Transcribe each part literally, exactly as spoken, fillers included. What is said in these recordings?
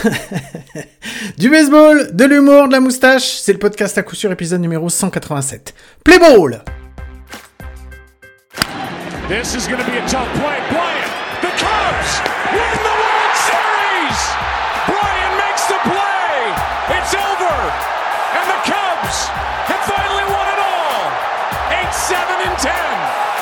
Du baseball, de l'humour, de la moustache, c'est le podcast à coup sûr, épisode numéro cent quatre-vingt-sept. Play ball! This is going to be a tough play. Bryant, the Cubs win the World Series! Bryant makes the play! It's over! And the Cubs have finally won it all! eight seven and ten!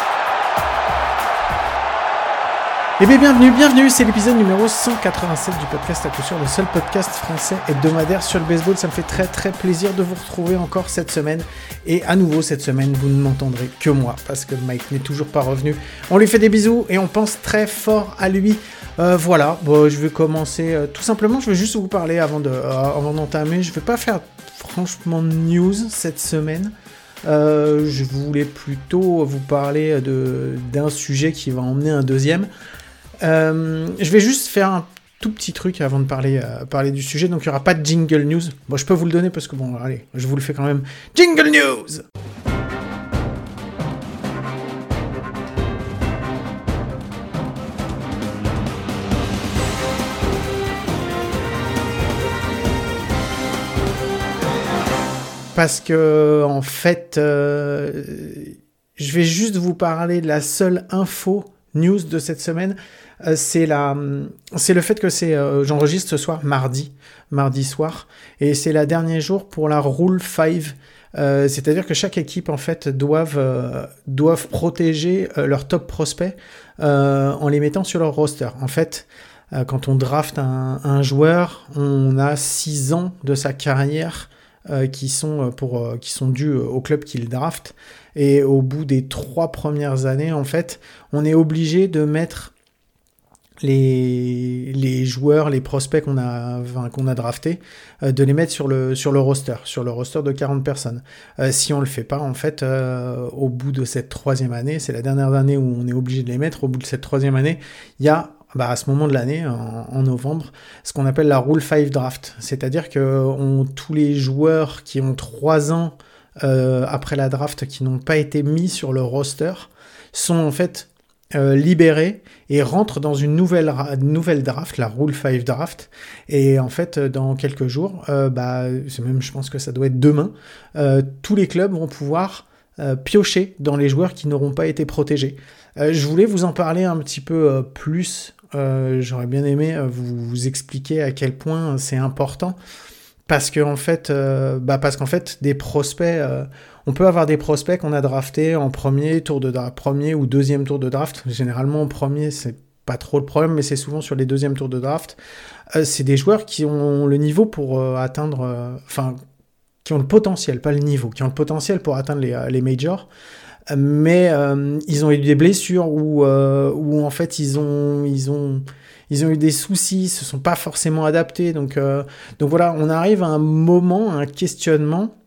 Eh bien, bienvenue, bienvenue, c'est l'épisode numéro cent quatre-vingt-sept du podcast à coup sûr, le seul podcast français hebdomadaire sur le baseball. Ça me fait très très plaisir de vous retrouver encore cette semaine. Et à nouveau cette semaine, vous ne m'entendrez que moi, parce que Mike n'est toujours pas revenu. On lui fait des bisous et on pense très fort à lui. Euh, voilà, bon, je vais commencer euh, tout simplement, je vais juste vous parler avant, de, euh, avant d'entamer. Je ne vais pas faire franchement de news cette semaine. Euh, je voulais plutôt vous parler de, d'un sujet qui va emmener un deuxième. Euh, je vais juste faire un tout petit truc avant de parler, euh, parler du sujet, donc il n'y aura pas de jingle news. Bon, je peux vous le donner parce que bon, allez, je vous le fais quand même. Jingle news! Parce que, en fait, euh, je vais juste vous parler de la seule info news de cette semaine. Euh, c'est, la, c'est le fait que c'est, euh, j'enregistre ce soir, mardi, mardi soir, et c'est le dernier jour pour la Rule cinq. Euh, c'est-à-dire que chaque équipe, en fait, doivent, euh, doivent protéger euh, leurs top prospects euh, en les mettant sur leur roster. En fait, euh, quand on draft un, un joueur, on a six ans de sa carrière Euh, qui sont pour euh, qui sont dus au club qui le draft, et au bout des trois premières années, en fait, on est obligé de mettre les les joueurs, les prospects qu'on a enfin, qu'on a draftés, euh, de les mettre sur le sur le roster, sur le roster de quarante personnes. Euh, si on le fait pas, en fait, euh, au bout de cette troisième année, c'est la dernière année où on est obligé de les mettre. Au bout de cette troisième année, il y a Bah à ce moment de l'année, en, en novembre, ce qu'on appelle la Rule cinq Draft. C'est-à-dire que on, tous les joueurs qui ont trois ans euh, après la draft, qui n'ont pas été mis sur le roster, sont en fait euh, libérés et rentrent dans une nouvelle, nouvelle draft, la Rule cinq Draft. Et en fait, dans quelques jours, euh, bah, c'est même, je pense que ça doit être demain, euh, tous les clubs vont pouvoir euh, piocher dans les joueurs qui n'auront pas été protégés. Euh, je voulais vous en parler un petit peu euh, plus. Euh, j'aurais bien aimé euh, vous, vous expliquer à quel point c'est important, parce que en fait, euh, bah parce qu'en fait, des prospects, euh, on peut avoir des prospects qu'on a draftés en premier tour de draft, premier ou deuxième tour de draft. Généralement, en premier, c'est pas trop le problème, mais c'est souvent sur les deuxièmes tours de draft. Euh, c'est des joueurs qui ont le niveau pour euh, atteindre, enfin, euh, qui ont le potentiel, pas le niveau, qui ont le potentiel pour atteindre les, les majors. Mais euh, ils ont eu des blessures où, euh, où en fait ils ont, ils, ont, ils ont eu des soucis, ils se sont pas forcément adaptés. Donc, euh, donc voilà, on arrive à un moment, à un questionnement,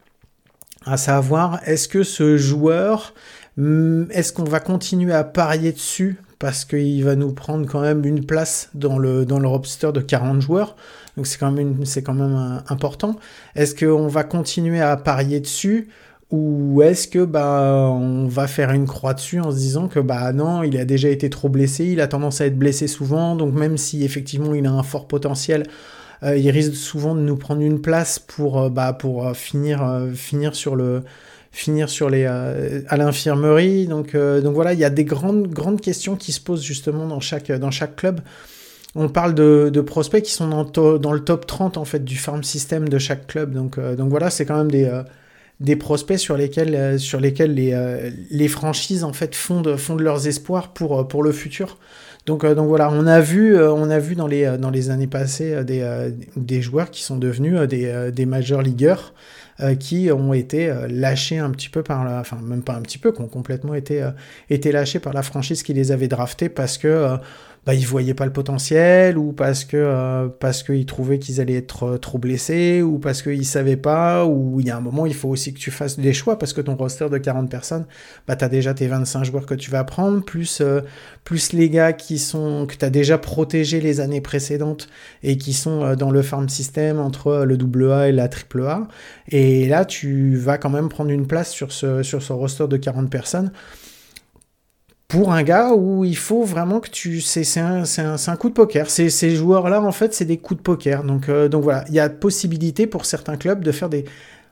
à savoir, est-ce que ce joueur, est-ce qu'on va continuer à parier dessus parce qu'il va nous prendre quand même une place dans le, dans le roster de quarante joueurs, donc c'est quand même, une, c'est quand même un, important. Est-ce qu'on va continuer à parier dessus, ou est-ce que bah on va faire une croix dessus en se disant que bah non, il a déjà été trop blessé, il a tendance à être blessé souvent, donc même si effectivement il a un fort potentiel, euh, il risque souvent de nous prendre une place pour euh, bah pour euh, finir euh, finir sur le finir sur les euh, à l'infirmerie. Donc euh, donc voilà, il y a des grandes grandes questions qui se posent justement dans chaque dans chaque club. On parle de, de prospects qui sont dans, to- dans le top trente en fait du farm system de chaque club. Donc euh, donc voilà, c'est quand même des euh, des prospects sur lesquels euh, sur lesquels les euh, les franchises en fait fondent fondent leurs espoirs pour pour le futur. Donc euh, donc voilà, on a vu euh, on a vu dans les dans les années passées euh, des euh, des joueurs qui sont devenus euh, des euh, des major leagueurs euh, qui ont été euh, lâchés un petit peu par la, enfin même pas un petit peu, qui ont complètement été euh, été lâchés par la franchise qui les avait draftés parce que euh, bah, ils voyaient pas le potentiel, ou parce que euh, parce qu'ils trouvaient qu'ils allaient être euh, trop blessés, ou parce qu'ils savaient pas, ou il y a un moment il faut aussi que tu fasses des choix, parce que ton roster de quarante personnes, bah t'as déjà tes vingt-cinq joueurs que tu vas prendre, plus euh, plus les gars qui sont que t'as déjà protégés les années précédentes et qui sont euh, dans le farm system entre le double A et la triple A, et là tu vas quand même prendre une place sur ce sur ce roster de quarante personnes. pour un gars où il faut vraiment que tu... C'est, c'est, un, c'est, un, c'est un coup de poker. C'est, ces joueurs-là, en fait, c'est des coups de poker. Donc, euh, donc voilà, il y a possibilité pour certains clubs de faire des,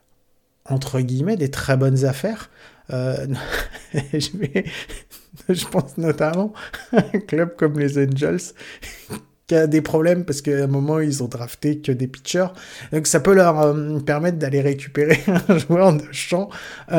entre guillemets, des très bonnes affaires. Euh, je, vais, je pense notamment à un club comme les Angels qui a des problèmes parce qu'à un moment ils ont drafté que des pitchers, donc ça peut leur euh, permettre d'aller récupérer un joueur de champ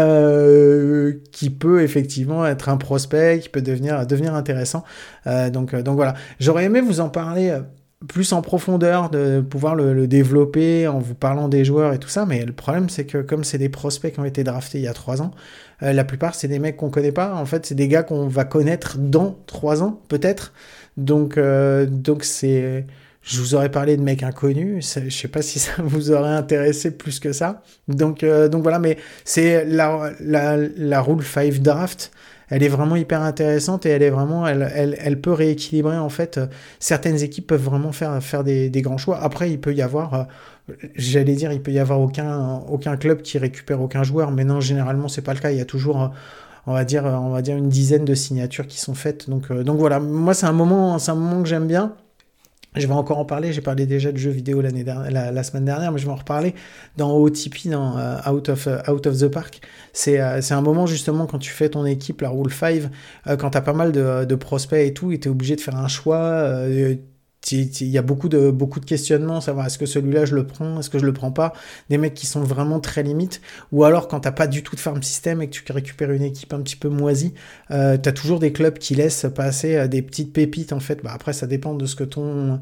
euh, qui peut effectivement être un prospect, qui peut devenir devenir intéressant. Euh, donc donc voilà, j'aurais aimé vous en parler plus en profondeur, de pouvoir le, le développer en vous parlant des joueurs et tout ça, mais le problème c'est que comme c'est des prospects qui ont été draftés il y a trois ans, euh, la plupart c'est des mecs qu'on connaît pas, en fait c'est des gars qu'on va connaître dans trois ans peut-être, donc euh, donc c'est... Je vous aurais parlé de mecs inconnus, je sais pas si ça vous aurait intéressé plus que ça, donc, euh, donc voilà, mais c'est la, la, la Rule cinq Draft, elle est vraiment hyper intéressante et elle est vraiment, elle, elle, elle peut rééquilibrer en fait. Certaines équipes peuvent vraiment faire faire des, des grands choix. Après, il peut y avoir, j'allais dire, il peut y avoir aucun aucun club qui récupère aucun joueur, mais non, généralement c'est pas le cas. Il y a toujours, on va dire, on va dire une dizaine de signatures qui sont faites. Donc donc voilà, moi c'est un moment, c'est un moment que j'aime bien. Je vais encore en parler, j'ai parlé déjà de jeux vidéo l'année dernière, la, la semaine dernière, mais je vais en reparler dans O T P, dans uh, Out of, uh, Out of the Park. C'est, uh, c'est un moment justement quand tu fais ton équipe, la Rule cinq, uh, quand t'as pas mal de, de prospects et tout, et t'es obligé de faire un choix. Uh, Il y a beaucoup de, beaucoup de questionnements, savoir est-ce que celui-là je le prends, est-ce que je le prends pas, des mecs qui sont vraiment très limites, ou alors quand t'as pas du tout de farm system et que tu récupères une équipe un petit peu moisie, euh, t'as toujours des clubs qui laissent passer des petites pépites en fait. Bah après ça dépend de ce que ton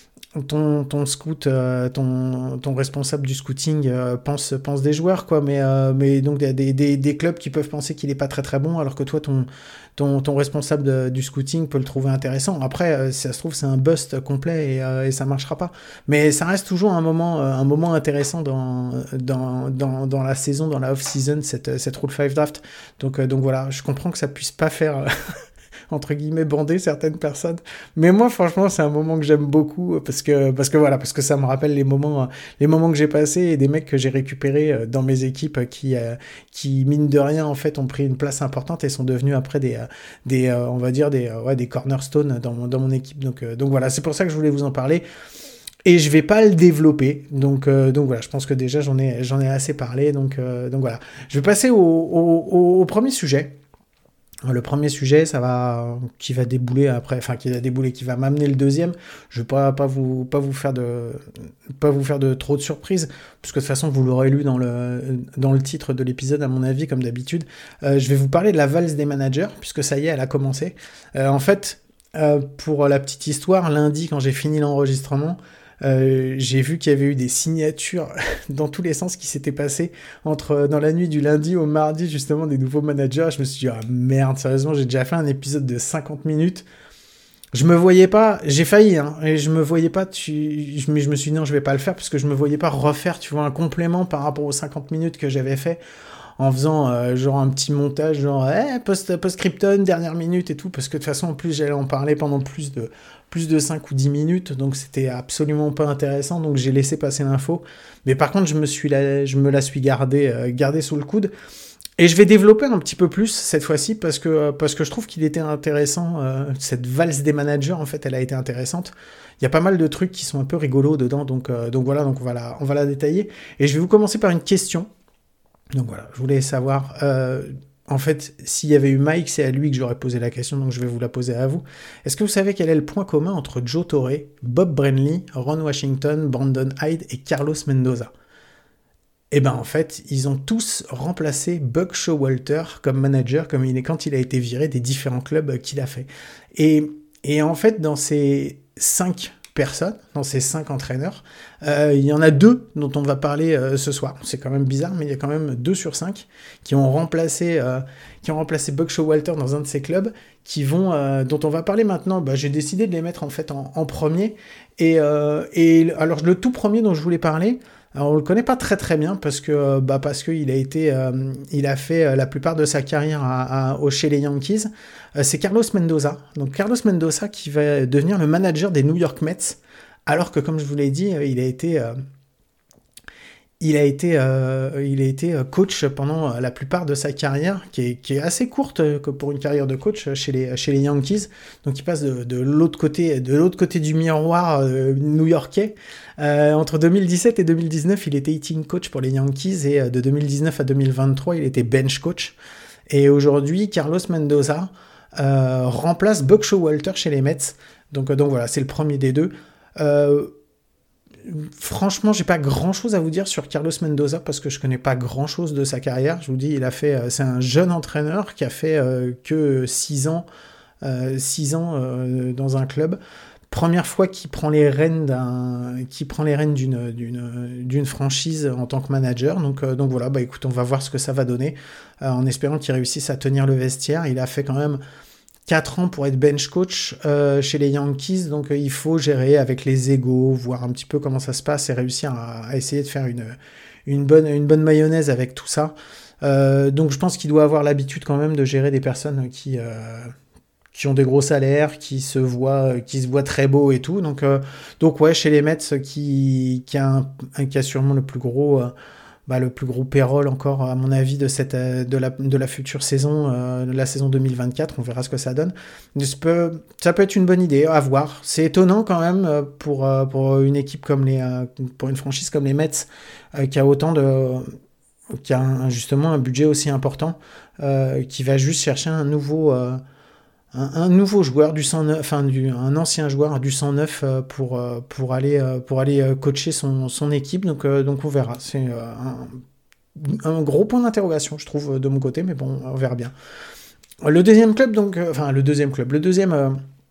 ton ton scout, euh, ton ton responsable du scouting euh, pense pense des joueurs quoi, mais euh, mais donc des des des clubs qui peuvent penser qu'il est pas très très bon alors que toi ton ton ton responsable de, du scouting peut le trouver intéressant. Après euh, si ça se trouve c'est un bust complet et euh, et ça marchera pas, mais ça reste toujours un moment euh, un moment intéressant dans dans dans dans la saison, dans la off season, cette cette Rule cinq draft. Donc euh, donc voilà, je comprends que ça puisse pas faire entre guillemets bander certaines personnes, mais moi franchement c'est un moment que j'aime beaucoup parce que parce que voilà parce que ça me rappelle les moments les moments que j'ai passés et des mecs que j'ai récupérés dans mes équipes qui qui mine de rien en fait ont pris une place importante et sont devenus après des des on va dire des ouais des cornerstones dans mon, dans mon équipe. Donc donc voilà, c'est pour ça que je voulais vous en parler. Et je vais pas le développer, donc euh, donc voilà, je pense que déjà j'en ai j'en ai assez parlé, donc euh, donc voilà, je vais passer au au, au, au premier sujet. Le premier sujet, ça va, qui va débouler après, enfin qui va débouler, qui va m'amener le deuxième. Je vais pas pas vous pas vous faire de pas vous faire de trop de surprises, puisque de toute façon vous l'aurez lu dans le dans le titre de l'épisode à mon avis comme d'habitude. Euh, je vais vous parler de la valse des managers, puisque ça y est, elle a commencé. Euh, en fait, euh, pour la petite histoire, lundi quand j'ai fini l'enregistrement, Euh, j'ai vu qu'il y avait eu des signatures dans tous les sens qui s'étaient passées entre, dans la nuit du lundi au mardi, justement, des nouveaux managers. Je me suis dit, ah merde, sérieusement, j'ai déjà fait un épisode de cinquante minutes. Je me voyais pas, j'ai failli, hein, et je me voyais pas, tu, je, je me suis dit, non, je vais pas le faire, parce que je me voyais pas refaire, tu vois, un complément par rapport aux cinquante minutes que j'avais fait, en faisant euh, genre un petit montage, genre hey, post, post-Krypton, dernière minute et tout, parce que de toute façon, en plus, j'allais en parler pendant plus de, plus de cinq ou dix minutes, donc c'était absolument pas intéressant, donc j'ai laissé passer l'info. Mais par contre, je me, suis la, je me la suis gardée euh, gardée sous le coude. Et je vais développer un petit peu plus cette fois-ci, parce que, parce que je trouve qu'il était intéressant, euh, cette valse des managers, en fait, elle a été intéressante. Il y a pas mal de trucs qui sont un peu rigolos dedans, donc, euh, donc voilà, donc on va, la, on va la détailler. Et je vais vous commencer par une question. Donc voilà, je voulais savoir, euh, en fait, s'il y avait eu Mike, c'est à lui que j'aurais posé la question, donc je vais vous la poser à vous. Est-ce que vous savez quel est le point commun entre Joe Torre, Bob Brenly, Ron Washington, Brandon Hyde et Carlos Mendoza ? Eh ben en fait, ils ont tous remplacé Buck Showalter comme manager, comme il est quand il a été viré des différents clubs qu'il a fait. Et, et en fait, dans ces cinq personnes, dans ces cinq entraîneurs, euh, il y en a deux dont on va parler euh, ce soir. C'est quand même bizarre, mais il y a quand même deux sur cinq qui ont remplacé, euh, qui ont remplacé Buck Showalter dans un de ces clubs, qui vont, euh, dont on va parler maintenant. Bah, j'ai décidé de les mettre en fait en, en premier. Et, euh, et alors le tout premier dont je voulais parler, alors on le connaît pas très très bien parce que bah parce que il a été euh, il a fait euh, la plupart de sa carrière à, à, au chez les Yankees. Euh, c'est Carlos Mendoza. Donc Carlos Mendoza qui va devenir le manager des New York Mets, alors que comme je vous l'ai dit, euh, il a été euh, il a été, euh, il a été coach pendant la plupart de sa carrière, qui est, qui est assez courte que pour une carrière de coach chez les, chez les Yankees. Donc il passe de, de l'autre côté, de l'autre côté du miroir euh, new-yorkais. Euh, entre deux mille dix-sept et deux mille dix-neuf, il était hitting coach pour les Yankees et de deux mille dix-neuf à deux mille vingt-trois, il était bench coach. Et aujourd'hui, Carlos Mendoza euh, remplace Buck Showalter chez les Mets. Donc, donc voilà, c'est le premier des deux. Euh, Franchement, j'ai pas grand chose à vous dire sur Carlos Mendoza parce que je connais pas grand chose de sa carrière. Je vous dis, il a fait, c'est un jeune entraîneur qui a fait euh, que six ans, euh, six ans euh, dans un club. Première fois qu'il prend les rênes d'un, qui prend les rênes d'une, d'une, d'une franchise en tant que manager. Donc, euh, donc voilà, bah écoute, on va voir ce que ça va donner euh, en espérant qu'il réussisse à tenir le vestiaire. Il a fait quand même quatre ans pour être bench coach euh, chez les Yankees, donc euh, il faut gérer avec les égos, voir un petit peu comment ça se passe et réussir à, à essayer de faire une, une, bonne, une bonne mayonnaise avec tout ça. Euh, donc je pense qu'il doit avoir l'habitude quand même de gérer des personnes qui, euh, qui ont des gros salaires, qui se voient, qui se voient très beaux et tout. Donc, euh, donc ouais, chez les Mets, qui, qui, a, un, un, qui a sûrement le plus gros... Euh, Bah, le plus gros payroll encore à mon avis de, cette, de, la, de la future saison, euh, la saison deux mille vingt-quatre, on verra ce que ça donne. Ça peut, ça peut être une bonne idée à voir. C'est étonnant quand même pour, pour une équipe comme les, pour une franchise comme les Mets euh, qui a autant de, qui a un, justement un budget aussi important, euh, qui va juste chercher un nouveau, euh, un, un nouveau joueur du cent neuf, enfin du, un ancien joueur du cent neuf euh, pour, euh, pour aller, euh, pour aller euh, coacher son, son équipe. Donc, euh, donc on verra. C'est euh, un, un gros point d'interrogation, je trouve, de mon côté, mais bon, on verra bien. Le deuxième club, donc, euh, enfin le deuxième club, le deuxième, euh,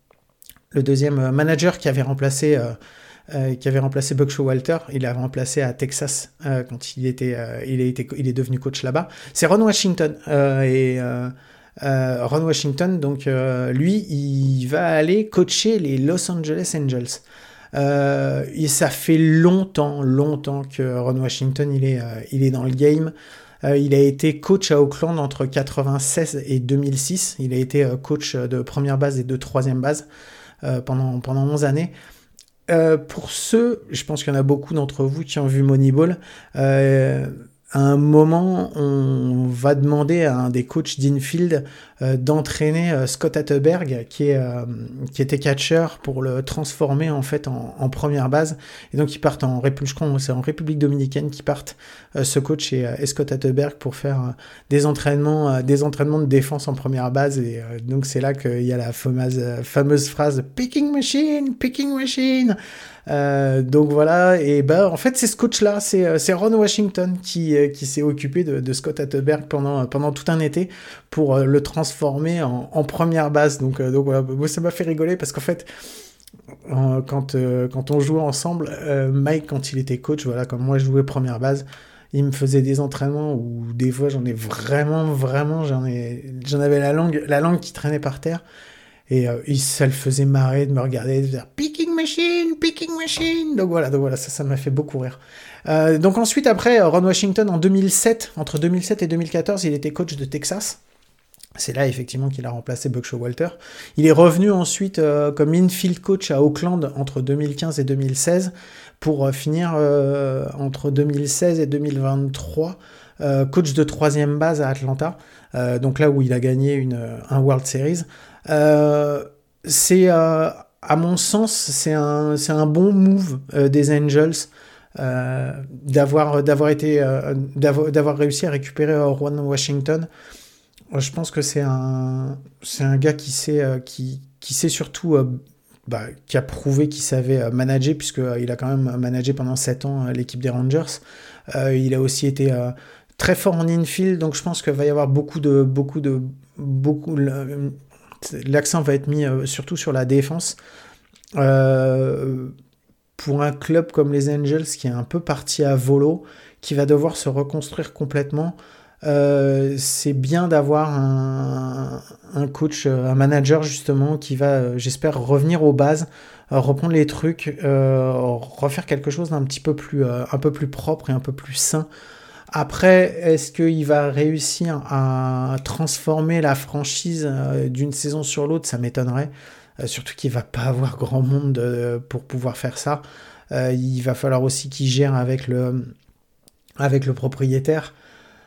le deuxième manager qui avait remplacé. Euh, Euh, qui avait remplacé Buck Showalter, il l'a remplacé à Texas euh, quand il était, euh, il, a été, il est devenu coach là-bas. C'est Ron Washington euh, et euh, euh, Ron Washington, donc euh, lui, il va aller coacher les Los Angeles Angels. Euh, et ça fait longtemps, longtemps que Ron Washington, il est, euh, il est dans le game. Euh, il a été coach à Oakland entre quatre-vingt-seize et deux mille six. Il a été euh, coach de première base et de troisième base euh, pendant pendant onze années. Euh, pour ceux, je pense qu'il y en a beaucoup d'entre vous qui ont vu Moneyball, euh, à un moment, on va demander à un des coachs d'infield euh, d'entraîner euh, Scott Hatteberg, qui, est, euh, qui était catcher, pour le transformer en fait en, en première base. Et donc ils partent en République, je crois, c'est en République dominicaine qu'ils partent, euh, ce coach et, euh, et Scott Hatteberg, pour faire euh, des entraînements, euh, des entraînements de défense en première base. Et euh, donc c'est là qu'il y a la fameuse, euh, fameuse phrase "picking machine, picking machine". Euh, donc voilà, et ben en fait c'est ce coach-là, c'est, c'est Ron Washington qui, qui s'est occupé de, de Scott Hatteberg pendant, pendant tout un été pour le transformer en, en première base. Donc, donc voilà, moi ça m'a fait rigoler parce qu'en fait, quand, quand on jouait ensemble, Mike, quand il était coach, voilà, comme moi je jouais première base, il me faisait des entraînements où des fois j'en ai vraiment, vraiment, j'en, ai, j'en avais la langue, la langue qui traînait par terre. Et euh, ça le faisait marrer de me regarder, de dire picking machine, picking machine. Donc voilà, donc voilà, ça, ça m'a fait beaucoup rire. Euh, donc ensuite, après, Ron Washington, en deux mille sept, entre deux mille sept et deux mille quatorze, il était coach de Texas. C'est là, effectivement, qu'il a remplacé Buck Showalter. Il est revenu ensuite euh, comme infield coach à Oakland entre deux mille quinze et deux mille seize pour euh, finir euh, entre deux mille seize et deux mille vingt-trois euh, coach de troisième base à Atlanta. Euh, donc là où il a gagné une, un World Series. Euh, c'est, euh, à mon sens, c'est un, c'est un bon move euh, des Angels euh, d'avoir, d'avoir, été, euh, d'avoir, d'avoir réussi à récupérer Ron Washington. Je pense que c'est un, c'est un gars qui sait, euh, qui, qui sait surtout, euh, bah, qui a prouvé qu'il savait manager, puisqu'il a quand même managé pendant sept ans l'équipe des Rangers. Euh, il a aussi été euh, très fort en infield, donc je pense qu'il va y avoir beaucoup de... Beaucoup de beaucoup, l'accent va être mis euh, surtout sur la défense. Euh, pour un club comme les Angels qui est un peu parti à volo, qui va devoir se reconstruire complètement, euh, c'est bien d'avoir un, un coach, un manager justement, qui va, euh, j'espère, revenir aux bases, euh, reprendre les trucs, euh, refaire quelque chose d'un petit peu plus, euh, un peu plus propre et un peu plus sain. Après, est-ce qu'il va réussir à transformer la franchise d'une saison sur l'autre? Ça m'étonnerait. Euh, surtout qu'il ne va pas avoir grand monde euh, pour pouvoir faire ça. Euh, il va falloir aussi qu'il gère avec le, avec le propriétaire.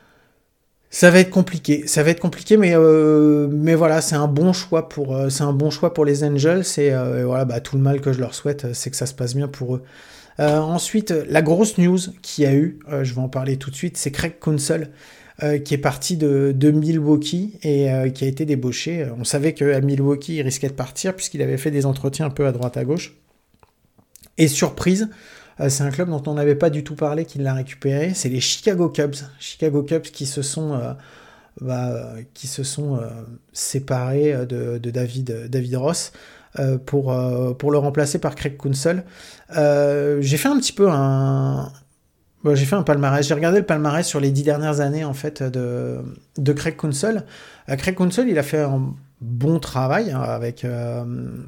Ça va être compliqué, ça va être compliqué, mais euh, mais voilà, c'est un bon choix pour euh, c'est un bon choix pour les Angels. Et euh, voilà, bah tout le mal que je leur souhaite, c'est que ça se passe bien pour eux. Euh, ensuite, la grosse news qu'il y a eu, euh, je vais en parler tout de suite, c'est Craig Counsell euh, qui est parti de, de Milwaukee et euh, qui a été débauché. On savait qu'à Milwaukee, il risquait de partir puisqu'il avait fait des entretiens un peu à droite à gauche. Et surprise. C'est un club dont on n'avait pas du tout parlé qui l'a récupéré, c'est les Chicago Cubs. Chicago Cubs qui se sont, euh, bah, qui se sont euh, séparés de, de David, David Ross euh, pour, euh, pour le remplacer par Craig Counsell. Euh, j'ai fait un petit peu un... Bon, j'ai fait un palmarès. J'ai regardé le palmarès sur les dix dernières années en fait, de, de Craig Counsell. Euh, Craig Counsell, il a fait un bon travail hein, avec... Euh,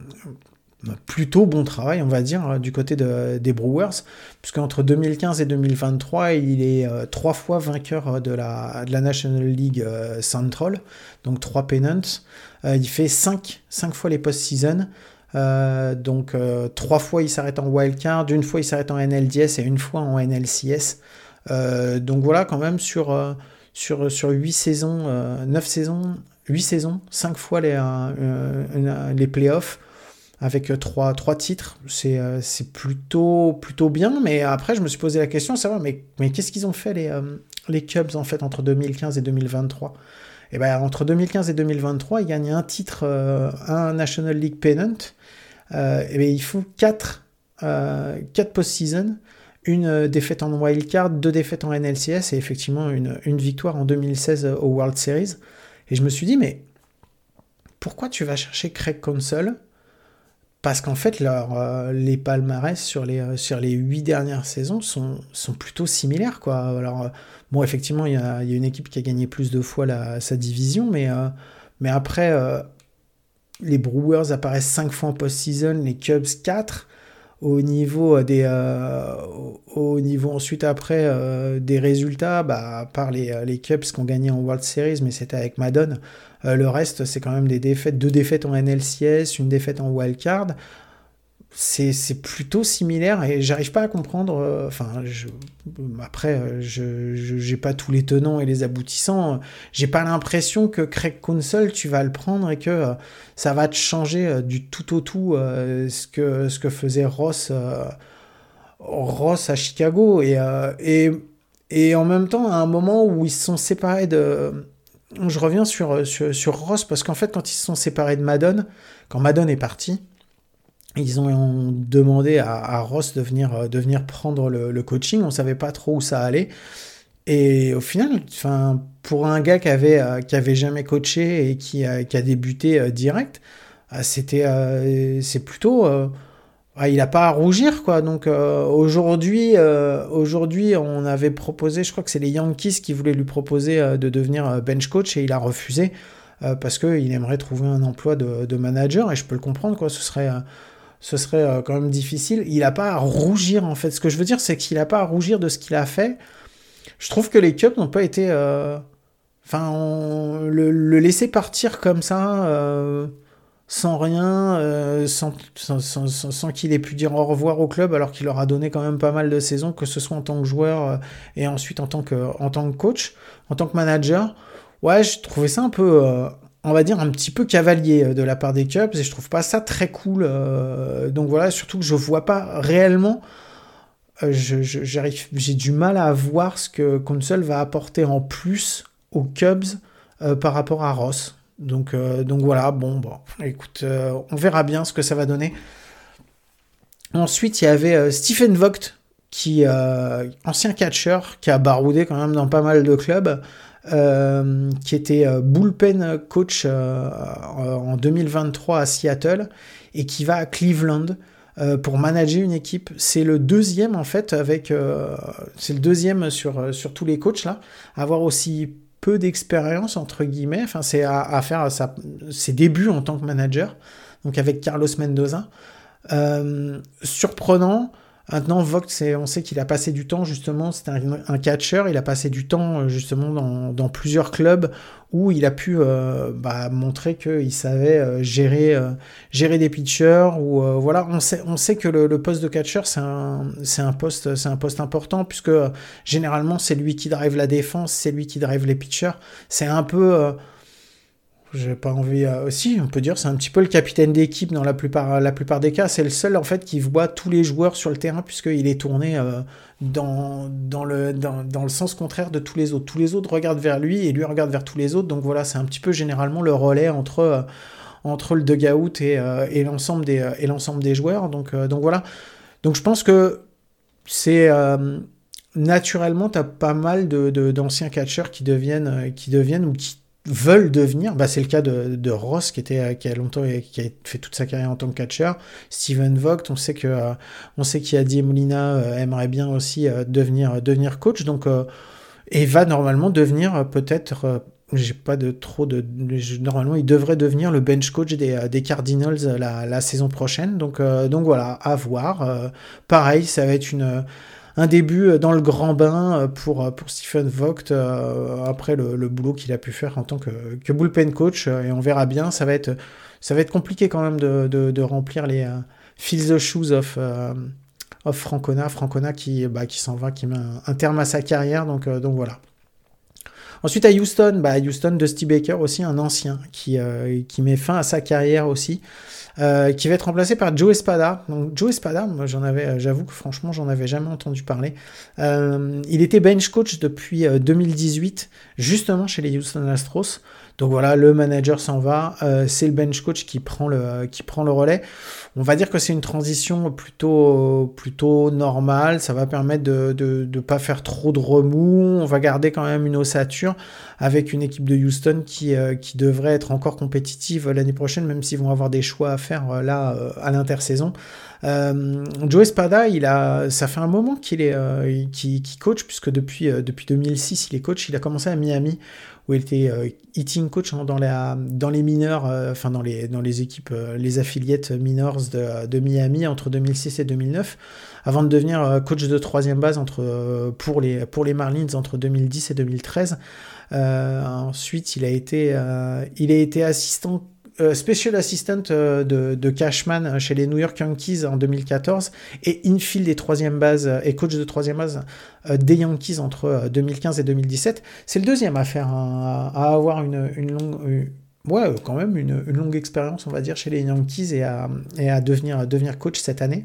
plutôt bon travail, on va dire, du côté de, des Brewers, puisqu'entre deux mille quinze et deux mille vingt-trois, il est euh, trois fois vainqueur de la, de la National League euh, Central, donc trois pennants. Euh, il fait cinq, cinq fois les post-season, euh, donc euh, trois fois il s'arrête en wildcard, une fois il s'arrête en N L D S et une fois en N L C S. Euh, donc voilà, quand même, sur, euh, sur, sur huit saisons, euh, neuf saisons, huit saisons, cinq fois les, euh, euh, les playoffs, avec trois, trois titres, c'est, euh, c'est plutôt, plutôt bien, mais après je me suis posé la question de savoir, mais, mais qu'est-ce qu'ils ont fait les, euh, les Cubs en fait entre deux mille quinze et deux mille vingt-trois? Et ben entre deux mille quinze et deux mille vingt-trois, ils gagnent un titre, euh, un National League Pennant, euh, et ben ils font quatre, euh, quatre post-season, une défaite en wildcard, deux défaites en N L C S, et effectivement une, une victoire en deux mille seize au World Series. Et je me suis dit, mais pourquoi tu vas chercher Craig Counsell? Parce qu'en fait, leur, euh, les palmarès sur les, euh, sur les huit dernières saisons sont, sont plutôt similaires, quoi. Alors, euh, bon, effectivement, il y a, y a une équipe qui a gagné plus de fois la, sa division, mais, euh, mais après, euh, les Brewers apparaissent cinq fois en post-season, les Cubs quatre. Au niveau des, euh, au, au niveau ensuite après euh, des résultats, bah, à part les, les Cubs qui ont gagné en World Series, mais c'était avec Madden, euh, le reste c'est quand même des défaites, deux défaites en N L C S, une défaite en wildcard. C'est, c'est plutôt similaire et j'arrive pas à comprendre. Euh, enfin, je, après, je, je j'ai pas tous les tenants et les aboutissants. J'ai pas l'impression que Craig Counsell, tu vas le prendre et que euh, ça va te changer euh, du tout au tout euh, ce que ce que faisait Ross euh, Ross à Chicago et euh, et et en même temps à un moment où ils se sont séparés de. Je reviens sur sur, sur Ross parce qu'en fait quand ils se sont séparés de Madden, quand Madden est parti. Ils ont demandé à, à Ross de venir, de venir prendre le, le coaching. On ne savait pas trop où ça allait. Et au final, pour un gars qui avait, qui avait jamais coaché et qui a, qui a débuté direct, c'était, c'est plutôt... il n'a pas à rougir, quoi. Donc aujourd'hui, aujourd'hui, on avait proposé, je crois que c'est les Yankees qui voulaient lui proposer de devenir bench coach et il a refusé parce qu'il aimerait trouver un emploi de, de manager. Et je peux le comprendre, quoi. Ce serait... ce serait euh, quand même difficile. Il n'a pas à rougir, en fait. Ce que je veux dire, c'est qu'il n'a pas à rougir de ce qu'il a fait. Je trouve que les Cubs n'ont pas été... Enfin, euh, le, le laisser partir comme ça, euh, sans rien, euh, sans, sans, sans, sans, sans qu'il ait pu dire au revoir au club, alors qu'il leur a donné quand même pas mal de saisons, que ce soit en tant que joueur euh, et ensuite en tant que, en tant que coach, en tant que manager. Ouais, je trouvais ça un peu... Euh, on va dire un petit peu cavalier de la part des Cubs et je trouve pas ça très cool. Euh, donc voilà, surtout que je vois pas réellement, euh, je, je, j'arrive, j'ai du mal à voir ce que Counsell va apporter en plus aux Cubs euh, par rapport à Ross. Donc, euh, donc voilà, bon, bon écoute, euh, on verra bien ce que ça va donner. Ensuite, il y avait euh, Stephen Vogt, qui, euh, ancien catcher, qui a baroudé quand même dans pas mal de clubs. Euh, qui était euh, bullpen coach euh, en deux mille vingt-trois à Seattle et qui va à Cleveland euh, pour manager une équipe. C'est le deuxième en fait avec euh, c'est le deuxième sur sur tous les coachs là à avoir aussi peu d'expérience entre guillemets. Enfin c'est à, à faire sa, ses débuts en tant que manager. Donc avec Carlos Mendoza. Euh, surprenant. Maintenant, Vogt, c'est, on sait qu'il a passé du temps, justement, c'était un, un catcheur, il a passé du temps, justement, dans, dans plusieurs clubs où il a pu euh, bah, montrer qu'il savait euh, gérer, euh, gérer des pitchers. Ou, euh, voilà, on sait, on sait que le, le poste de catcheur, c'est un, c'est, un poste, c'est un poste important, puisque euh, généralement, c'est lui qui drive la défense, c'est lui qui drive les pitchers. C'est un peu... Euh, J'ai pas envie euh, aussi, on peut dire, c'est un petit peu le capitaine d'équipe dans la plupart, la plupart des cas. C'est le seul en fait qui voit tous les joueurs sur le terrain puisqu'il est tourné euh, dans, dans, le, dans, dans le sens contraire de tous les autres. Tous les autres regardent vers lui et lui regarde vers tous les autres. Donc voilà, c'est un petit peu généralement le relais entre, euh, entre le dugout et, euh, et, l'ensemble des, et l'ensemble des joueurs. Donc, euh, donc voilà. Donc je pense que c'est... Euh, naturellement, tu as pas mal de, de, d'anciens catcheurs qui deviennent, qui deviennent ou qui veulent devenir, bah c'est le cas de, de Ross qui était qui a longtemps qui a fait toute sa carrière en tant que catcheur, Steven Vogt, on sait que euh, on sait qu'Yadier Molina euh, aimerait bien aussi euh, devenir devenir coach, donc euh, et va normalement devenir euh, peut-être euh, j'ai pas de trop de normalement il devrait devenir le bench coach des, des Cardinals la, la saison prochaine, donc euh, donc voilà, à voir. Euh, pareil, ça va être une un début dans le grand bain pour, pour Stephen Vogt euh, après le, le boulot qu'il a pu faire en tant que, que bullpen coach, et on verra bien, ça va être, ça va être compliqué quand même de, de, de remplir les uh, Fill the Shoes of, uh, of Francona, Francona qui, bah, qui s'en va, qui met un, un terme à sa carrière, donc, euh, donc voilà. Ensuite à Houston, bah, Houston, Dusty Baker aussi, un ancien qui, euh, qui met fin à sa carrière aussi. Euh, qui va être remplacé par Joe Espada. Donc Joe Espada, moi j'en avais, j'avoue que franchement j'en avais jamais entendu parler. Euh, il était bench coach depuis euh, deux mille dix-huit, justement chez les Houston Astros. Donc voilà, le manager s'en va, euh, c'est le bench coach qui prend le qui prend le relais. On va dire que c'est une transition plutôt plutôt normale. Ça va permettre de de de pas faire trop de remous. On va garder quand même une ossature avec une équipe de Houston qui euh, qui devrait être encore compétitive l'année prochaine, même s'ils vont avoir des choix à faire euh, là euh, à l'intersaison. Euh, Joe Espada, il a, ça fait un moment qu'il est, euh, qui, qui coach, puisque depuis euh, depuis deux mille six, il est coach. Il a commencé à Miami, où il était euh, hitting coach hein, dans la, dans les mineurs, euh, enfin dans les dans les équipes, euh, les affiliates minors de de Miami entre deux mille six et deux mille neuf, avant de devenir euh, coach de troisième base entre euh, pour les pour les Marlins entre deux mille dix et deux mille treize. Euh, ensuite, il a été euh, il a été assistant. Euh, special assistant euh, de, de Cashman chez les New York Yankees en deux mille quatorze et infield des troisième bases euh, et coach de troisième base euh, des Yankees entre euh, deux mille quinze et deux mille dix-sept. C'est le deuxième à faire un, à avoir une, une longue une, ouais quand même une, une longue expérience on va dire chez les Yankees et à, et à devenir, à devenir coach cette année.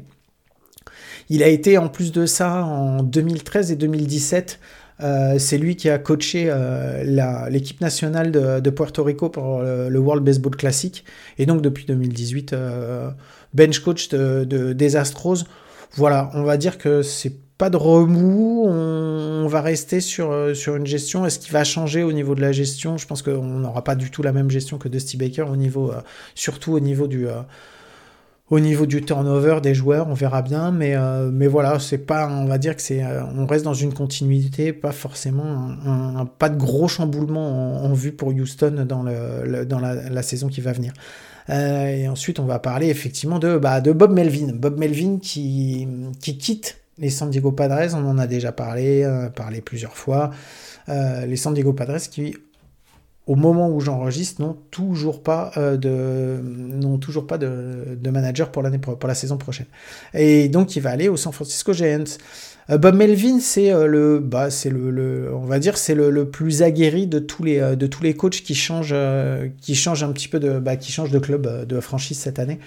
Il a été en plus de ça en deux mille treize et deux mille dix-sept. Euh, c'est lui qui a coaché euh, la, l'équipe nationale de, de Puerto Rico pour le, le World Baseball Classic, et donc depuis deux mille dix-huit euh, bench coach de, de, des Astros. Voilà, on va dire que c'est pas de remous, on, on va rester sur, sur une gestion. Est-ce qu'il va changer au niveau de la gestion ? Je pense qu'on n'aura pas du tout la même gestion que Dusty Baker, au niveau, euh, surtout au niveau du... Euh, Au niveau du turnover des joueurs, on verra bien, mais euh, mais voilà, c'est pas, on va dire que c'est, euh, on reste dans une continuité, pas forcément, un, un, un, pas de gros chamboulement en, en vue pour Houston dans le, le dans la, la saison qui va venir. Euh, et ensuite, on va parler effectivement de bah de Bob Melvin, Bob Melvin qui qui quitte les San Diego Padres. On en a déjà parlé, euh, parlé plusieurs fois. Euh, les San Diego Padres qui au moment où j'enregistre, n'ont toujours pas euh, de, n'ont toujours pas de, de manager pour l'année pour la saison prochaine. Et donc il va aller aux San Francisco Giants. Euh, Bob Melvin, c'est euh, le, bah c'est le, le, on va dire c'est le, le plus aguerri de tous les euh, de tous les coachs qui changent, euh, qui changent un petit peu de, bah, qui changent de club, euh, de franchise cette année.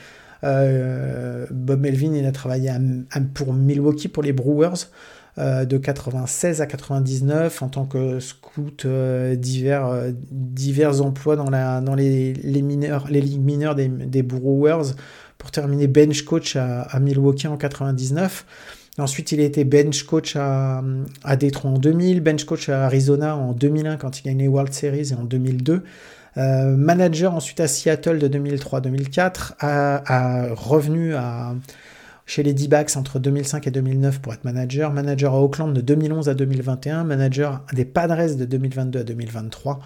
Euh, Bob Melvin, il a travaillé à, à, pour Milwaukee, pour les Brewers. Euh, de quatre-vingt-seize à quatre-vingt-dix-neuf en tant que scout, euh, divers, euh, divers emplois dans, la, dans les, les, mineurs, les ligues mineures des, des Brewers, pour terminer bench coach à, à Milwaukee en quatre-vingt-dix-neuf. Ensuite, il a été bench coach à, à Détroit en deux mille, bench coach à Arizona en deux mille un quand il gagne les World Series et en deux mille deux. Euh, manager ensuite à Seattle de deux mille trois à deux mille quatre, à, à revenu à... chez les D-backs entre deux mille cinq et deux mille neuf pour être manager, manager à Oakland de deux mille onze à deux mille vingt et un, manager des Padres de deux mille vingt-deux à deux mille vingt-trois,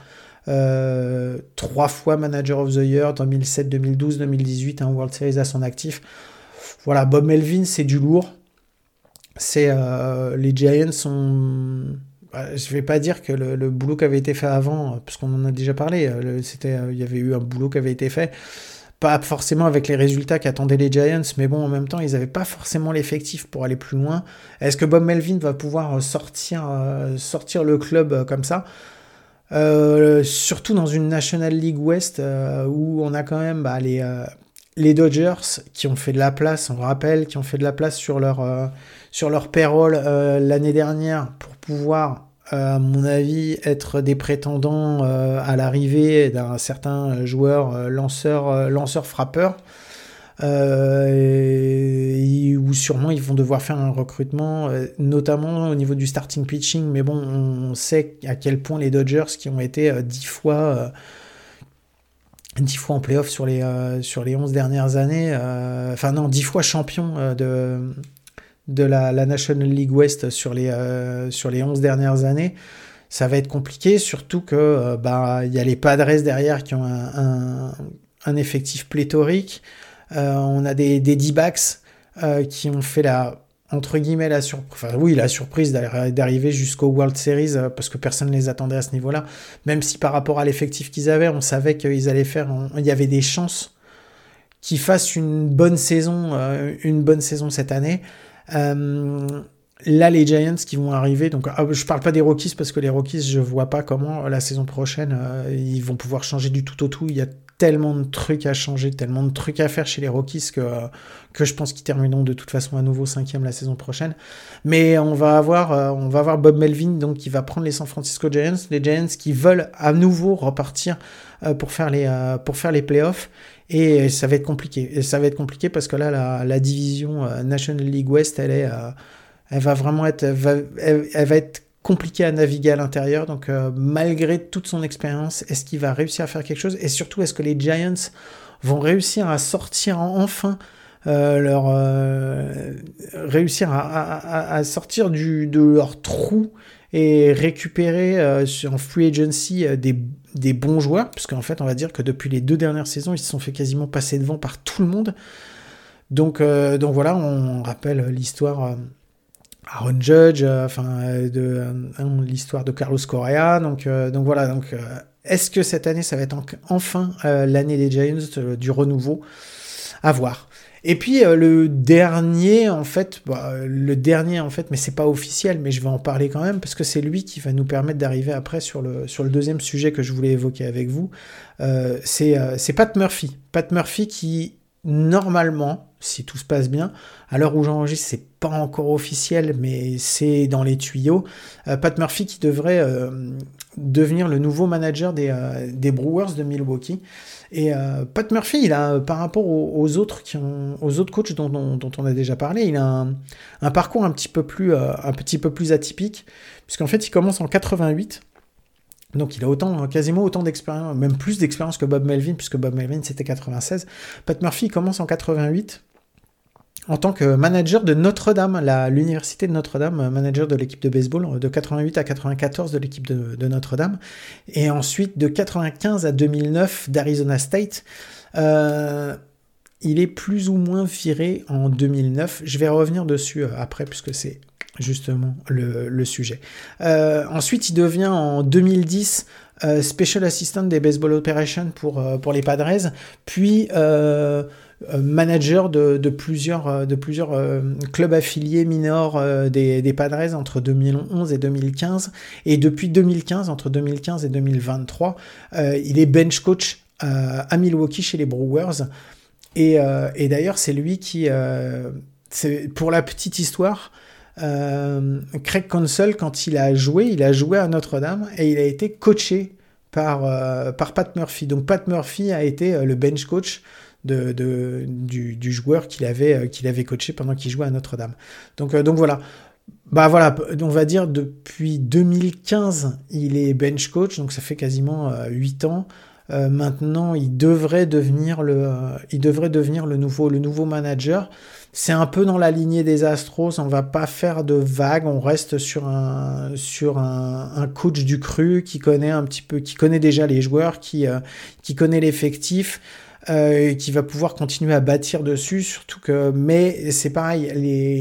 euh, trois fois manager of the year, deux mille sept, deux mille douze, deux mille dix-huit, un World Series à son actif. Voilà, Bob Melvin, c'est du lourd. c'est euh, les Giants sont... Bah, je vais pas dire que le, le boulot qui avait été fait avant, parce qu'on en a déjà parlé, le, c'était, il y avait eu un boulot qui avait été fait, pas forcément avec les résultats qu'attendaient les Giants, mais bon, en même temps, ils n'avaient pas forcément l'effectif pour aller plus loin. Est-ce que Bob Melvin va pouvoir sortir, euh, sortir le club euh, comme ça euh, surtout dans une National League West euh, où on a quand même bah, les, euh, les Dodgers qui ont fait de la place, on rappelle, qui ont fait de la place sur leur, euh, sur leur payroll euh, l'année dernière pour pouvoir, euh, à mon avis, être des prétendants euh, à l'arrivée d'un certain joueur euh, lanceur, euh, lanceur frappeur. Euh, et, où sûrement ils vont devoir faire un recrutement, euh, notamment au niveau du starting pitching, mais bon, on sait à quel point les Dodgers, qui ont été euh, dix fois, euh, dix fois en playoff sur les, euh, sur les onze dernières années, euh, enfin non, dix fois champion euh, de, de la, la National League West sur les, euh, sur les onze dernières années, ça va être compliqué, surtout que euh, bah, y a les Padres derrière qui ont un, un, un effectif pléthorique. Euh, on a des, des D-backs euh, qui ont fait la, entre guillemets, la surprise, enfin oui, la surprise d'arriver jusqu'au World Series euh, parce que personne ne les attendait à ce niveau-là. Même si par rapport à l'effectif qu'ils avaient, on savait qu'ils allaient faire, il y avait des chances qu'ils fassent une bonne saison, euh, une bonne saison cette année. Euh, Là, les Giants qui vont arriver, donc ah, je parle pas des Rockies parce que les Rockies, je vois pas comment la saison prochaine euh, ils vont pouvoir changer du tout au tout. Il y a tellement de trucs à changer, tellement de trucs à faire chez les Rockies que euh, que je pense qu'ils termineront de toute façon à nouveau cinquième la saison prochaine. Mais on va avoir euh, on va avoir Bob Melvin donc qui va prendre les San Francisco Giants, les Giants qui veulent à nouveau repartir euh, pour faire les euh, pour faire les playoffs. Et ça va être compliqué. Et ça va être compliqué parce que là la, la division euh, National League West, elle est euh, elle va vraiment être, elle va, elle, elle va être compliquée à naviguer à l'intérieur. Donc, euh, malgré toute son expérience, est-ce qu'il va réussir à faire quelque chose ? Et surtout, est-ce que les Giants vont réussir à sortir enfin euh, leur, euh, réussir à, à, à sortir du, de leur trou et récupérer euh, en free agency euh, des, des bons joueurs, parce qu'en fait, on va dire que depuis les deux dernières saisons, ils se sont fait quasiment passer devant par tout le monde. Donc, euh, donc voilà, on rappelle l'histoire. Euh, Aaron Judge, euh, enfin euh, de euh, l'histoire de Carlos Correa, donc euh, donc voilà, donc euh, est-ce que cette année ça va être en, enfin euh, l'année des Giants euh, du renouveau, à voir. Et puis euh, le dernier en fait, bah, le dernier en fait, mais c'est pas officiel, mais je vais en parler quand même parce que c'est lui qui va nous permettre d'arriver après sur le sur le deuxième sujet que je voulais évoquer avec vous. Euh, c'est euh, c'est Pat Murphy, Pat Murphy qui normalement, si tout se passe bien, à l'heure où j'enregistre, c'est pas encore officiel, mais c'est dans les tuyaux. Euh, Pat Murphy qui devrait euh, devenir le nouveau manager des, euh, des Brewers de Milwaukee. Et euh, Pat Murphy, il a, par rapport aux, aux autres qui ont, aux autres coachs dont, dont, dont on a déjà parlé, il a un, un parcours un petit peu plus, euh, un petit peu plus atypique, puisqu'en fait, il commence en quatre-vingt-huit. Donc il a autant, quasiment autant d'expérience, même plus d'expérience que Bob Melvin, puisque Bob Melvin c'était quatre-vingt-seize. Pat Murphy commence en quatre-vingt-huit en tant que manager de Notre-Dame, la, l'université de Notre-Dame, manager de l'équipe de baseball de quatre-vingt-huit à quatre-vingt-quatorze de l'équipe de, de Notre-Dame, et ensuite de quatre-vingt-quinze à deux mille neuf d'Arizona State. Euh, il est plus ou moins viré en deux mille neuf. Je vais revenir dessus après, puisque c'est justement le, le sujet. Euh, ensuite, il devient en deux mille dix euh, Special Assistant des Baseball Operations pour, euh, pour les Padres, puis euh, manager de, de plusieurs, de plusieurs euh, clubs affiliés minors euh, des, des Padres entre deux mille onze et deux mille quinze, et depuis deux mille quinze, entre deux mille quinze et deux mille vingt-trois, euh, il est bench coach euh, à Milwaukee chez les Brewers, et, euh, et d'ailleurs c'est lui qui, euh, c'est, pour la petite histoire, Euh, Craig Counsell, quand il a joué, il a joué à Notre-Dame et il a été coaché par, euh, par Pat Murphy. Donc Pat Murphy a été euh, le bench coach de, de, du, du joueur qu'il avait, euh, qu'il avait coaché pendant qu'il jouait à Notre-Dame. Donc, euh, donc voilà. Bah voilà, on va dire depuis deux mille quinze, il est bench coach, donc ça fait quasiment euh, huit ans. Euh, maintenant, il devrait devenir le, euh, il devrait devenir le nouveau, le nouveau manager. C'est un peu dans la lignée des Astros, on va pas faire de vagues, on reste sur un sur un, un coach du cru qui connaît un petit peu, qui connaît déjà les joueurs, qui euh, qui connaît l'effectif, euh, qui va pouvoir continuer à bâtir dessus. Surtout que, mais c'est pareil, les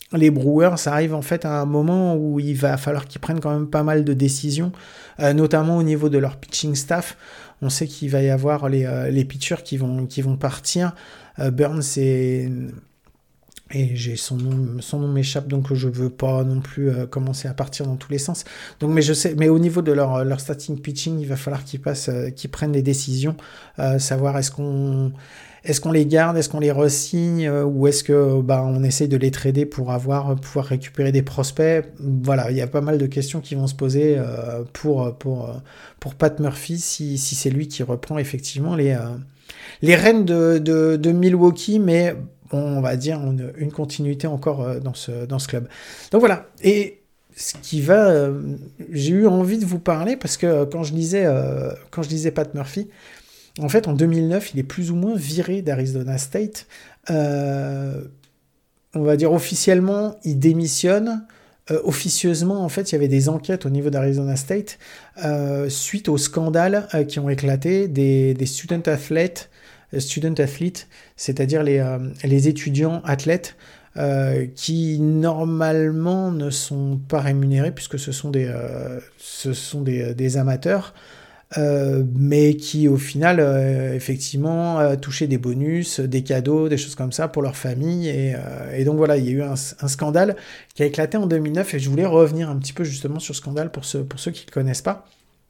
les Brewers arrivent en fait à un moment où il va falloir qu'ils prennent quand même pas mal de décisions, euh, notamment au niveau de leur pitching staff. On sait qu'il va y avoir les, euh, les pitchers qui vont, qui vont partir. Euh, Burns et, et j'ai son nom, son nom m'échappe, donc je veux pas non plus euh, commencer à partir dans tous les sens. Donc, mais je sais, mais au niveau de leur, leur starting pitching, il va falloir qu'ils passent, euh, qu'ils prennent des décisions, euh, savoir est-ce qu'on Est-ce qu'on les garde, est-ce qu'on les re-signe, euh, ou est-ce que bah, on essaye de les trader pour avoir, pouvoir récupérer des prospects. Voilà, il y a pas mal de questions qui vont se poser euh, pour, pour, pour Pat Murphy si, si c'est lui qui reprend effectivement les, euh, les rênes de, de, de Milwaukee, mais bon, on va dire une, une continuité encore euh, dans, ce, dans ce club. Donc voilà, et ce qui va... Euh, j'ai eu envie de vous parler parce que euh, quand je lisais, euh, quand je lisais Pat Murphy, en fait, en deux mille neuf, il est plus ou moins viré d'Arizona State. Euh, on va dire officiellement, il démissionne. Euh, officieusement, en fait, il y avait des enquêtes au niveau d'Arizona State euh, suite aux scandales euh, qui ont éclaté des, des student athletes, euh, student athletes, c'est-à-dire les, euh, les étudiants athlètes euh, qui normalement ne sont pas rémunérés puisque ce sont des, euh, ce sont des, des amateurs. Euh, mais qui au final euh, effectivement euh, touchaient des bonus, des cadeaux, des choses comme ça pour leur famille et, euh, et donc voilà, il y a eu un, un scandale qui a éclaté en deux mille neuf et je voulais revenir un petit peu justement sur ce scandale pour ceux, pour ceux qui ne le connaissent pas.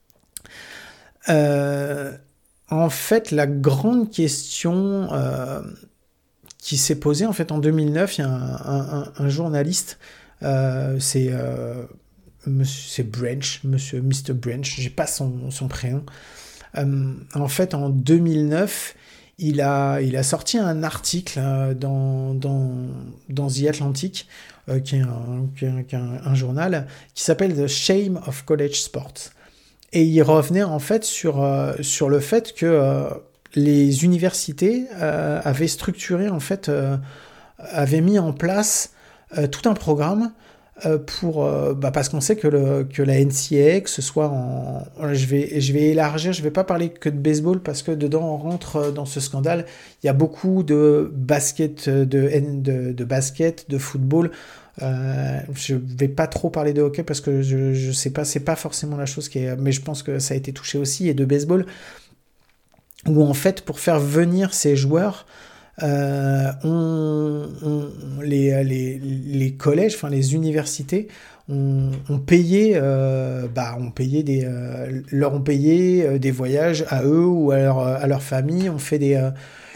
Euh, en fait, la grande question euh, qui s'est posée en fait en deux mille neuf, il y a un, un, un journaliste, euh, c'est euh, Monsieur, c'est Branch, Monsieur mister Branch, j'ai pas son, son prénom. Euh, en fait, en deux mille neuf, il a, il a sorti un article euh, dans, dans, dans The Atlantic, euh, qui est, un, qui est, un, qui est un, un journal, qui s'appelle The Shame of College Sports. Et il revenait en fait sur, euh, sur le fait que euh, les universités euh, avaient structuré, en fait, euh, avaient mis en place euh, tout un programme pour euh, bah parce qu'on sait que le que la N C A A, que ce soit en je vais je vais élargir, je vais pas parler que de baseball parce que dedans on rentre dans ce scandale, il y a beaucoup de basket de de, de basket, de football. Euh, je vais pas trop parler de hockey parce que je je sais pas, c'est pas forcément la chose qui est, mais je pense que ça a été touché aussi, et de baseball où en fait pour faire venir ces joueurs Euh, on, on, les, les, les collèges, enfin les universités, ont, ont payé, euh, bah, ont payé des, euh, leur ont payé euh, des voyages à eux ou à leur, à leur famille. On fait des, euh,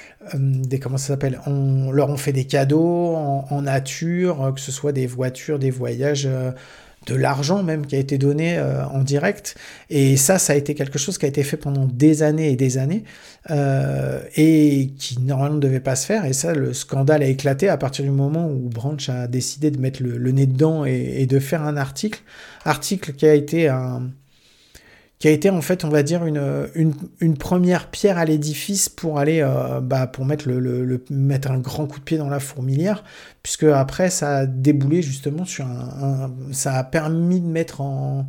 des comment ça s'appelle, on leur ont fait des cadeaux en, en nature, que ce soit des voitures, des voyages. Euh, de l'argent même qui a été donné euh, en direct, et ça ça a été quelque chose qui a été fait pendant des années et des années euh, et qui normalement ne devait pas se faire, et ça le scandale a éclaté à partir du moment où Branch a décidé de mettre le, le nez dedans et, et de faire un article article qui a été un qui a été en fait, on va dire, une, une, une première pierre à l'édifice pour aller, euh, bah, pour mettre, le, le, le, mettre un grand coup de pied dans la fourmilière, puisque après, ça a déboulé justement sur un, un ça a permis de mettre en,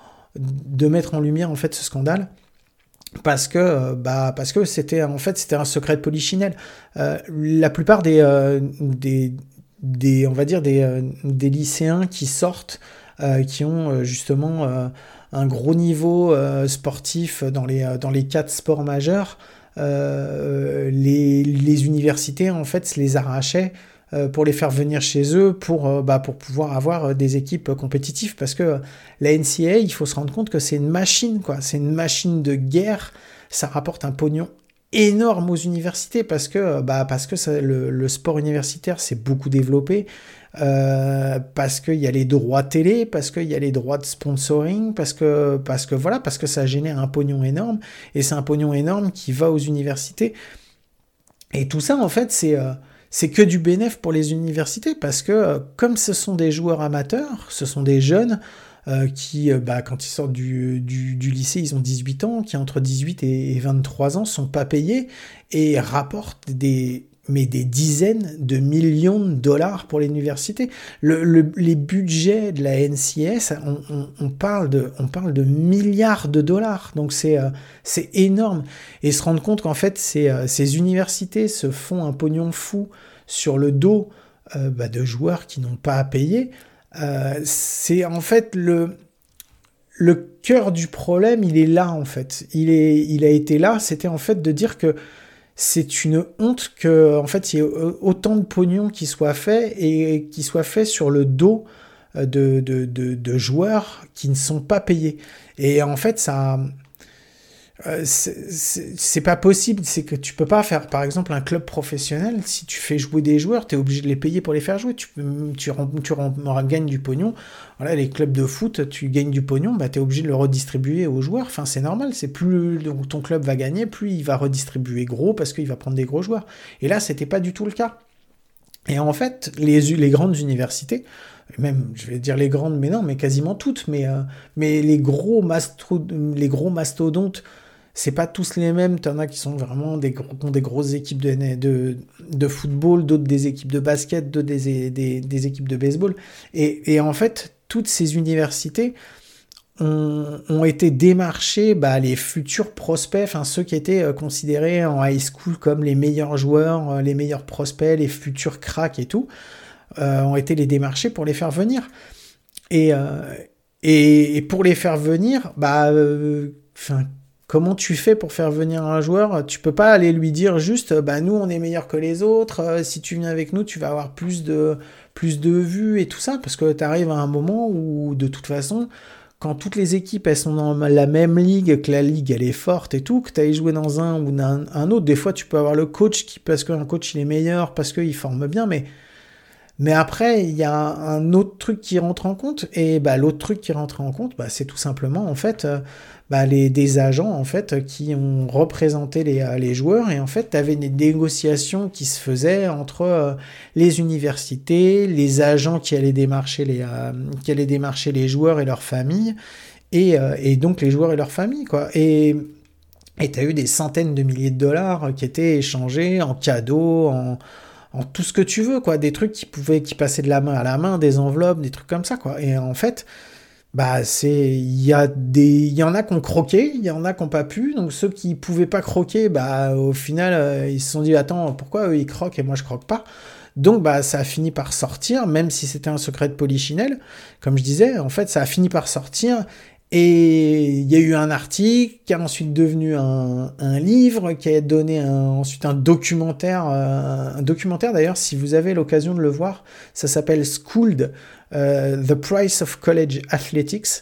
de mettre en lumière, en fait, ce scandale. Parce que, bah, parce que c'était, en fait, c'était un secret de polichinelle. Euh, la plupart des, euh, des, des, on va dire, des, euh, des lycéens qui sortent, euh, qui ont euh, justement, euh, un gros niveau euh, sportif dans les, dans les quatre sports majeurs, euh, les, les universités en fait se les arrachaient euh, pour les faire venir chez eux pour, euh, bah, pour pouvoir avoir des équipes compétitives, parce que la N C A A, il faut se rendre compte que c'est une machine, quoi. C'est une machine de guerre, ça rapporte un pognon énorme aux universités parce que, bah, parce que ça, le, le sport universitaire s'est beaucoup développé. Euh, parce qu'il y a les droits télé, parce qu'il y a les droits de sponsoring, parce que, parce que voilà, parce que ça génère un pognon énorme, et c'est un pognon énorme qui va aux universités. Et tout ça, en fait, c'est, euh, c'est que du bénéfice pour les universités, parce que euh, comme ce sont des joueurs amateurs, ce sont des jeunes euh, qui, euh, bah, quand ils sortent du, du, du lycée, ils ont dix-huit ans, qui entre dix-huit et vingt-trois ans sont pas payés et rapportent des... mais des dizaines de millions de dollars pour l'université. Le, le, les budgets de la N C A A, ça, on, on, on, parle de, on parle de milliards de dollars, donc c'est, euh, c'est énorme. Et se rendre compte qu'en fait, ces, euh, ces universités se font un pognon fou sur le dos euh, bah, de joueurs qui n'ont pas à payer. Euh, c'est en fait le le cœur du problème, il est là en fait. Il est, il a été là. C'était en fait de dire que c'est une honte que en fait il y ait autant de pognon qui soit fait et qui soit fait sur le dos de de de, de joueurs qui ne sont pas payés. Et en fait ça. Euh, c'est, c'est, c'est pas possible, c'est que tu peux pas faire, par exemple, un club professionnel, si tu fais jouer des joueurs, t'es obligé de les payer pour les faire jouer, tu, tu, tu, tu gagnes du pognon, voilà, les clubs de foot, tu gagnes du pognon, bah t'es obligé de le redistribuer aux joueurs, enfin c'est normal, c'est plus ton club va gagner, plus il va redistribuer gros, parce qu'il va prendre des gros joueurs, et là c'était pas du tout le cas. Et en fait, les, les grandes universités, même, je vais dire les grandes, mais non, mais quasiment toutes, mais, euh, mais les gros mastro, les gros mastodontes, c'est pas tous les mêmes. T'en as qui sont vraiment des, qui ont des grosses équipes de, de, de football, d'autres des équipes de basket, d'autres des, des, des équipes de baseball. Et, et en fait, toutes ces universités ont, ont été démarchées, bah, les futurs prospects, enfin ceux qui étaient considérés en high school comme les meilleurs joueurs, les meilleurs prospects, les futurs cracks et tout, euh, ont été les démarchés pour les faire venir. Et, euh, et, et pour les faire venir, bah, euh, enfin. Comment tu fais pour faire venir un joueur ? Tu peux pas aller lui dire juste, bah nous on est meilleurs que les autres. Si tu viens avec nous, tu vas avoir plus de plus de vues et tout ça, parce que tu arrives à un moment où de toute façon, quand toutes les équipes elles sont dans la même ligue, que la ligue elle est forte et tout, que tu ailles jouer dans un ou dans un autre, des fois tu peux avoir le coach qui parce qu'un coach il est meilleur, parce qu'il forme bien, mais Mais après, il y a un autre truc qui rentre en compte, et bah, l'autre truc qui rentre en compte, bah, c'est tout simplement en fait euh, bah, les, des agents en fait qui ont représenté les, les joueurs, et en fait, tu avais des négociations qui se faisaient entre euh, les universités, les agents qui allaient démarcher les, euh, qui allaient démarcher les joueurs et leurs familles, et, euh, et donc les joueurs et leurs familles, quoi. Et et tu as eu des centaines de milliers de dollars qui étaient échangés en cadeaux, en en tout ce que tu veux, quoi, des trucs qui pouvaient, qui passaient de la main à la main, des enveloppes, des trucs comme ça, quoi. Et en fait, bah, c'est, il y a des, il y en a qui ont croqué, il y en a qui n'ont pas pu, donc ceux qui pouvaient pas croquer, bah, au final, euh, ils se sont dit, attends, pourquoi eux ils croquent et moi je croque pas? Donc, bah, ça a fini par sortir, même si c'était un secret de polichinelle, comme je disais, en fait, ça a fini par sortir. Et il y a eu un article qui a ensuite devenu un, un livre, qui a donné un, ensuite un documentaire. Euh, un documentaire d'ailleurs, si vous avez l'occasion de le voir, ça s'appelle Schooled, euh, The Price of College Athletics.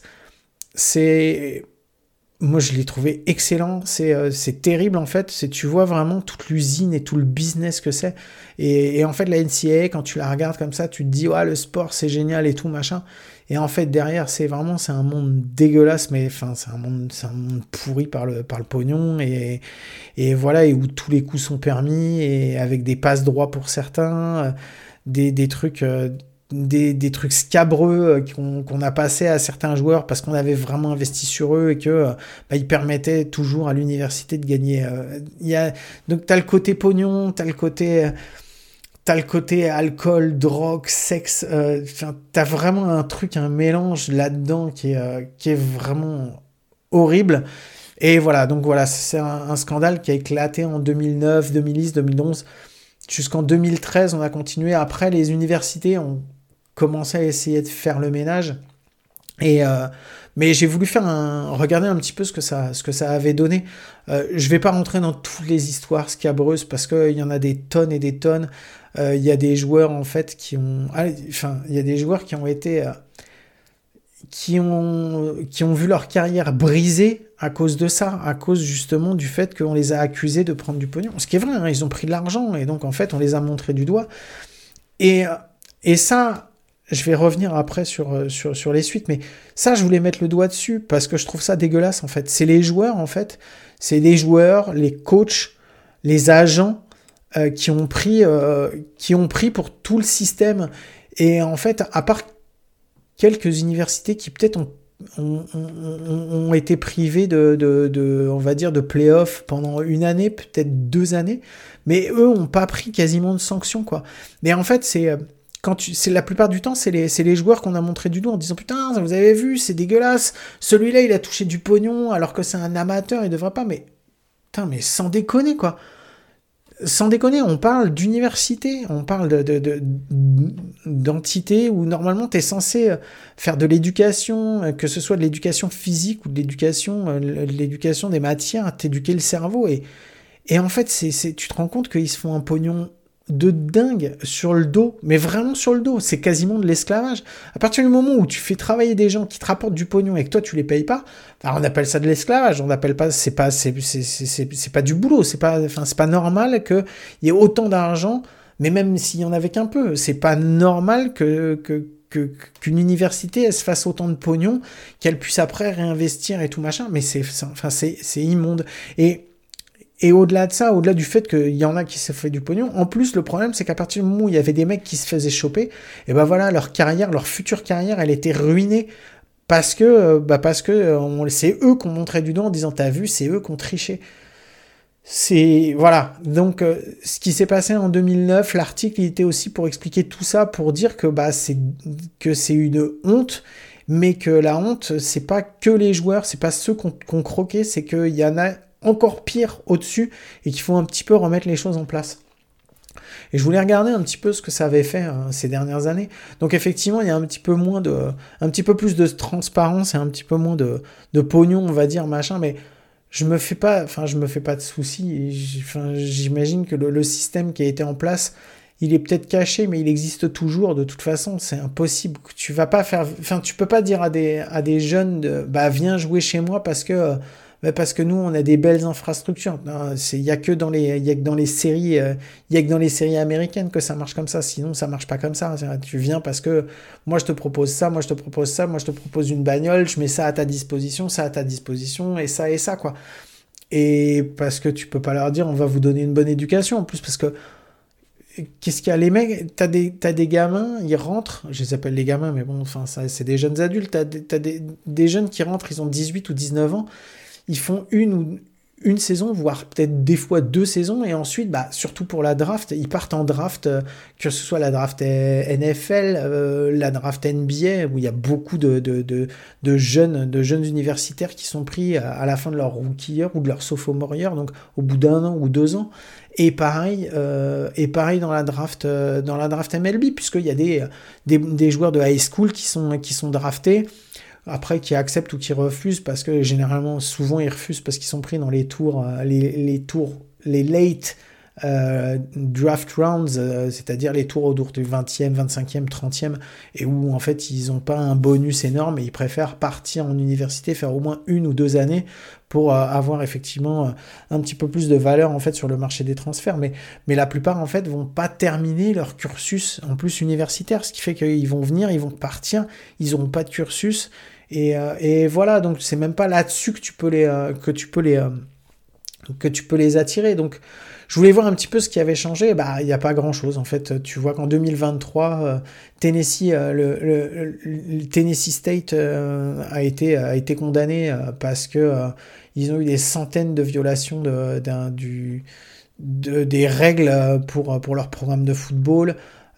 C'est, moi je l'ai trouvé excellent. C'est, euh, c'est terrible en fait. C'est, tu vois vraiment toute l'usine et tout le business que c'est. Et, et en fait la N C A A, quand tu la regardes comme ça, tu te dis ouais, le sport c'est génial et tout machin. Et en fait, derrière, c'est vraiment, c'est un monde dégueulasse, mais enfin, c'est un monde, c'est un monde pourri par le, par le pognon, et, et voilà, et où tous les coups sont permis, et avec des passes droits pour certains, des, des trucs, des, des trucs scabreux qu'on, qu'on a passé à certains joueurs parce qu'on avait vraiment investi sur eux et que, bah, ils permettaient toujours à l'université de gagner. Il y a, donc, t'as le côté pognon, t'as le côté, T'as le côté alcool, drogue, sexe, euh, t'as vraiment un truc, un mélange là-dedans qui est, euh, qui est vraiment horrible. Et voilà, donc voilà, c'est un, un scandale qui a éclaté en deux mille neuf, deux mille dix, deux mille onze. Jusqu'en deux mille treize, on a continué. Après, les universités ont commencé à essayer de faire le ménage. Et euh, mais j'ai voulu faire un, regarder un petit peu ce que ça, ce que ça avait donné. Euh, je vais pas rentrer dans toutes les histoires scabreuses parce qu'il y en a des tonnes et des tonnes. Il euh, y a des joueurs en fait qui ont, enfin, il y a des joueurs qui ont été, euh, qui ont, qui ont vu leur carrière brisée à cause de ça, à cause justement du fait qu'on les a accusés de prendre du pognon. Ce qui est vrai, hein, ils ont pris de l'argent et donc en fait on les a montrés du doigt. Et et ça, je vais revenir après sur sur sur les suites, mais ça je voulais mettre le doigt dessus parce que je trouve ça dégueulasse en fait. C'est les joueurs en fait, c'est les joueurs, les coachs, les agents. Euh, qui ont pris euh, qui ont pris pour tout le système, et en fait à part quelques universités qui peut-être ont, ont, ont, ont été privées de, de, de on va dire de play-off pendant une année, peut-être deux années, mais eux ont pas pris quasiment de sanctions quoi. Mais en fait c'est quand tu, c'est la plupart du temps c'est les c'est les joueurs qu'on a montré du doigt en disant putain vous avez vu c'est dégueulasse, celui-là il a touché du pognon alors que c'est un amateur, il devrait pas, mais putain mais sans déconner quoi. sans déconner, on parle d'université, on parle de, de, de, d'entité où normalement tu es censé faire de l'éducation, que ce soit de l'éducation physique ou de l'éducation, de l'éducation des matières, t'éduquer le cerveau. Et, et en fait, c'est, c'est, tu te rends compte qu'ils se font un pognon de dingue sur le dos, mais vraiment sur le dos, c'est quasiment de l'esclavage. À partir du moment où tu fais travailler des gens qui te rapportent du pognon et que toi tu les payes pas, alors on appelle ça de l'esclavage, on appelle pas, c'est pas, c'est, c'est, c'est, c'est, c'est pas du boulot, c'est pas, enfin c'est pas normal qu'il y ait autant d'argent, mais même s'il y en avait qu'un peu, c'est pas normal que, que Que, qu'une université elle se fasse autant de pognon, qu'elle puisse après réinvestir et tout machin, mais c'est, c'est enfin c'est, c'est immonde. Et Et au-delà de ça, au-delà du fait qu'il y en a qui se fait du pognon, en plus, le problème, c'est qu'à partir du moment où il y avait des mecs qui se faisaient choper, et ben voilà, leur carrière, leur future carrière, elle était ruinée. Parce que, bah parce que on, c'est eux qu'on montrait du doigt en disant, t'as vu, c'est eux qui ont triché. C'est, voilà. Donc, euh, ce qui s'est passé en deux mille neuf, l'article, il était aussi pour expliquer tout ça, pour dire que, bah, c'est, que c'est une honte, mais que la honte, c'est pas que les joueurs, c'est pas ceux qu'on, qu'on croquait, c'est qu'il y en a encore pire au-dessus et qu'il faut un petit peu remettre les choses en place. Et je voulais regarder un petit peu ce que ça avait fait hein, ces dernières années. Donc effectivement, il y a un petit peu moins de, un petit peu plus de transparence et un petit peu moins de, de pognon, on va dire, machin, mais je me fais pas, enfin, je me fais pas de soucis. Enfin, j'imagine que le, le système qui a été en place, il est peut-être caché, mais il existe toujours. De toute façon, c'est impossible. Tu vas pas faire, enfin, tu peux pas dire à des, à des jeunes, de, bah, viens jouer chez moi parce que, bah parce que nous, on a des belles infrastructures. Il y a que dans les, il y a que dans les séries, il euh, y a que dans les séries américaines que ça marche comme ça. Sinon, ça marche pas comme ça. Tu viens parce que moi, je te propose ça, moi, je te propose ça, moi, je te propose une bagnole, je mets ça à ta disposition, ça à ta disposition, et ça et ça, quoi. Et parce que tu peux pas leur dire, on va vous donner une bonne éducation. En plus, parce que qu'est-ce qu'il y a, les mecs, t'as des, t'as des gamins, ils rentrent, je les appelle les gamins, mais bon, enfin, ça, c'est des jeunes adultes, t'as, des, t'as des, des jeunes qui rentrent, ils ont dix-huit ou dix-neuf ans, ils font une ou une saison, voire peut-être des fois deux saisons, et ensuite, bah, surtout pour la draft, ils partent en draft, euh, que ce soit la draft N F L, euh, la draft N B A, où il y a beaucoup de, de, de, de, jeunes, de jeunes universitaires qui sont pris à, à la fin de leur rookie year ou de leur sophomore year, donc au bout d'un an ou deux ans. Et pareil, euh, et pareil dans la draft, euh, dans la draft M L B, puisqu'il y a des, des, des joueurs de high school qui sont, qui sont draftés, après qui acceptent ou qui refusent, parce que généralement, souvent ils refusent parce qu'ils sont pris dans les tours, euh, les, les tours, les late euh, draft rounds, euh, c'est-à-dire les tours autour du vingtième, vingt-cinquième, trentième, et où en fait ils n'ont pas un bonus énorme et ils préfèrent partir en université, faire au moins une ou deux années pour euh, avoir effectivement euh, un petit peu plus de valeur en fait sur le marché des transferts, mais, mais la plupart en fait vont pas terminer leur cursus en plus universitaire, ce qui fait qu'ils vont venir, ils vont partir, ils n'auront pas de cursus, et, euh, et voilà, donc c'est même pas là-dessus que tu peux les, euh, que tu peux les, euh, que tu peux les attirer. Donc je voulais voir un petit peu ce qui avait changé. Bah, il n'y a pas grand-chose. En fait, tu vois qu'en deux mille vingt-trois, euh, Tennessee, euh, le, le, le Tennessee State euh, a été a été condamné euh, parce que euh, ils ont eu des centaines de violations de, d'un, du, de, des règles pour pour leur programme de football.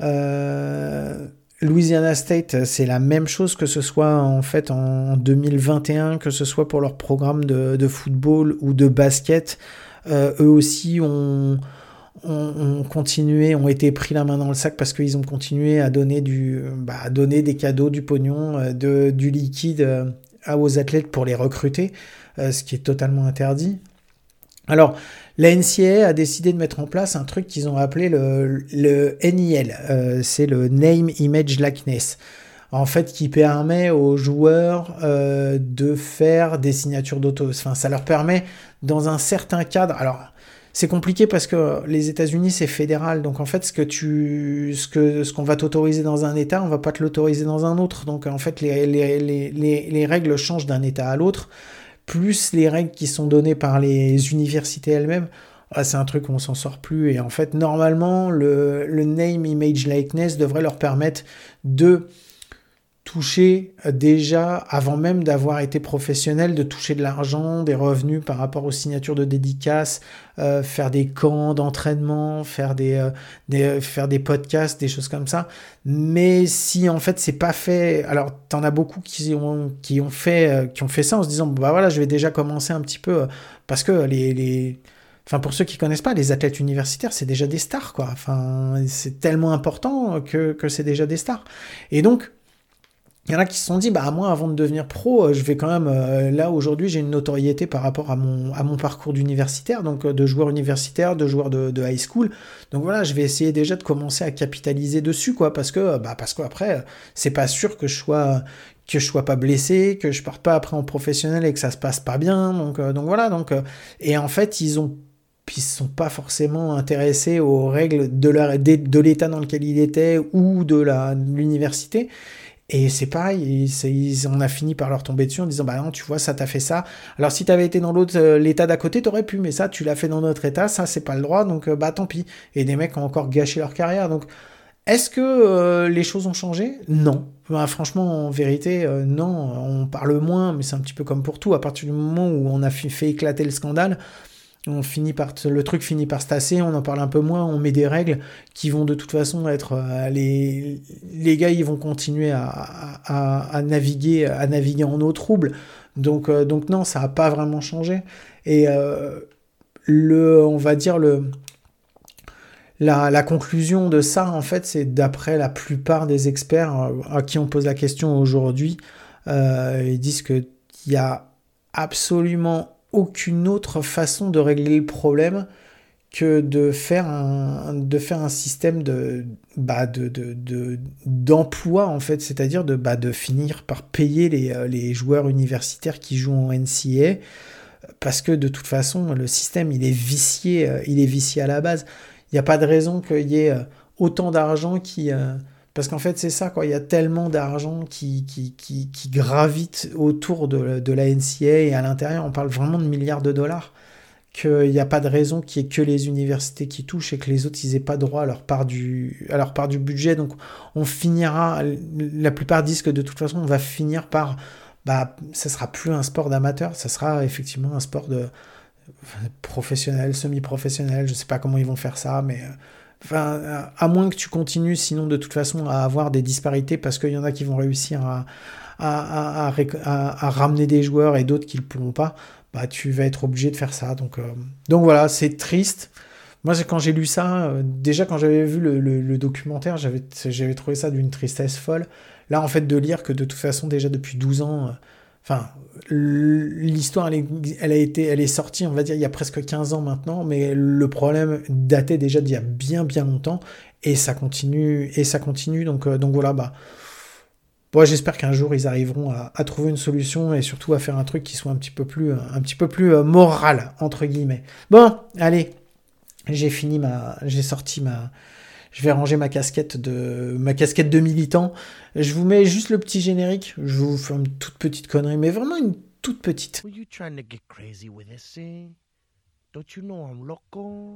Euh, Louisiana State, c'est la même chose, que ce soit en fait en deux mille vingt et un, que ce soit pour leur programme de, de football ou de basket. Euh, eux aussi ont, ont, ont continué, ont été pris la main dans le sac parce qu'ils ont continué à donner du, bah, à donner des cadeaux, du pognon, de, du liquide euh, aux athlètes pour les recruter, euh, ce qui est totalement interdit. Alors, la N C A A a décidé de mettre en place un truc qu'ils ont appelé le, le N I L, euh, c'est le Name, Image, Likeness, en fait, qui permet aux joueurs euh, de faire des signatures d'auto. Enfin, ça leur permet, dans un certain cadre, alors c'est compliqué parce que les États-Unis c'est fédéral, donc en fait ce que tu, ce que, ce qu'on va t'autoriser dans un État, on va pas te l'autoriser dans un autre. Donc en fait les les les les, les règles changent d'un État à l'autre, plus les règles qui sont données par les universités elles-mêmes. Ah, c'est un truc où on s'en sort plus. Et en fait normalement le le name, image, likeness devrait leur permettre de toucher déjà, avant même d'avoir été professionnel, de toucher de l'argent, des revenus par rapport aux signatures de dédicaces, euh, faire des camps d'entraînement, faire des, euh, des, faire des podcasts, des choses comme ça. Mais si en fait c'est pas fait, alors t'en as beaucoup qui ont, qui ont fait, euh, qui ont fait ça en se disant, bah voilà, je vais déjà commencer un petit peu, euh, parce que les, les Enfin, pour ceux qui connaissent pas, les athlètes universitaires, c'est déjà des stars, quoi. Enfin, c'est tellement important que, que c'est déjà des stars. Et donc, il y en a qui se sont dit, bah moi, avant de devenir pro, je vais quand même... Euh, là, aujourd'hui, j'ai une notoriété par rapport à mon, à mon parcours d'universitaire, donc de joueur universitaire, de joueur de, de high school. Donc voilà, je vais essayer déjà de commencer à capitaliser dessus, quoi, parce que, bah, parce qu'après, c'est pas sûr que je sois... que je sois pas blessé, que je parte pas après en professionnel et que ça se passe pas bien. Donc, euh, donc voilà. Donc, euh, et en fait, ils ont Puis ils ne sont pas forcément intéressés aux règles de, la, de, de l'état dans lequel il était ou de, la, de l'université. Et c'est pareil, c'est, ils, on a fini par leur tomber dessus en disant « Bah non, tu vois, ça t'a fait ça. Alors si t'avais été dans l'autre, euh, l'état d'à côté, t'aurais pu, mais ça, tu l'as fait dans notre état, ça, c'est pas le droit, donc euh, bah tant pis. » Et des mecs ont encore gâché leur carrière. Donc, est-ce que euh, les choses ont changé ? Non. Bah, franchement, en vérité, euh, non. On parle moins, mais c'est un petit peu comme pour tout. À partir du moment où on a fait éclater le scandale, on finit par le truc finit par se tasser, on en parle un peu moins, on met des règles qui vont de toute façon être euh, les les gars ils vont continuer à, à, à naviguer à naviguer en eau trouble. Donc euh, donc non, ça a pas vraiment changé. Et euh, le on va dire le La, la conclusion de ça, en fait, c'est d'après la plupart des experts à qui on pose la question aujourd'hui, euh, ils disent qu'il y a absolument aucune autre façon de régler le problème que de faire un, de faire un système de, bah de, de, de, d'emploi, en fait, c'est-à-dire de, bah de finir par payer les, les joueurs universitaires qui jouent en N C A A, parce que de toute façon, le système, il est vicié, il est vicié à la base. Il n'y a pas de raison qu'il y ait autant d'argent qui... Euh, parce qu'en fait, c'est ça, quoi. Il y a tellement d'argent qui, qui, qui, qui gravite autour de, de la N C A A et à l'intérieur, on parle vraiment de milliards de dollars, qu'il n'y a pas de raison qu'il n'y ait que les universités qui touchent et que les autres, ils n'aient pas droit à leur part du, à leur part du budget. Donc, on finira... La plupart disent que de toute façon, on va finir par... Bah, ça ne sera plus un sport d'amateur, ça sera effectivement un sport de... professionnel, semi-professionnel, je sais pas comment ils vont faire ça, mais enfin, à moins que tu continues, sinon de toute façon à avoir des disparités, parce qu'il y en a qui vont réussir à, à, à, à, à, à ramener des joueurs et d'autres qui le pourront pas, bah tu vas être obligé de faire ça. Donc, euh, donc voilà, c'est triste. Moi, quand j'ai lu ça, euh, déjà quand j'avais vu le, le, le documentaire, j'avais, j'avais trouvé ça d'une tristesse folle. Là, en fait, de lire que de toute façon, déjà depuis douze ans, euh, enfin, l'histoire, elle est, elle a été, elle est sortie, on va dire, il y a presque quinze ans maintenant, mais le problème datait déjà d'il y a bien, bien longtemps, et ça continue, et ça continue, donc, euh, donc voilà, bah, bon, j'espère qu'un jour, ils arriveront à, à trouver une solution, et surtout à faire un truc qui soit un petit peu plus, un petit peu plus euh, moral, entre guillemets. Bon, allez, j'ai fini ma, j'ai sorti ma, je vais ranger ma casquette de ma casquette de militant. Je vous mets juste le petit générique. Je vous fais une toute petite connerie, mais vraiment une toute petite. Were you trying to get crazy with this, eh? Don't you know I'm loco?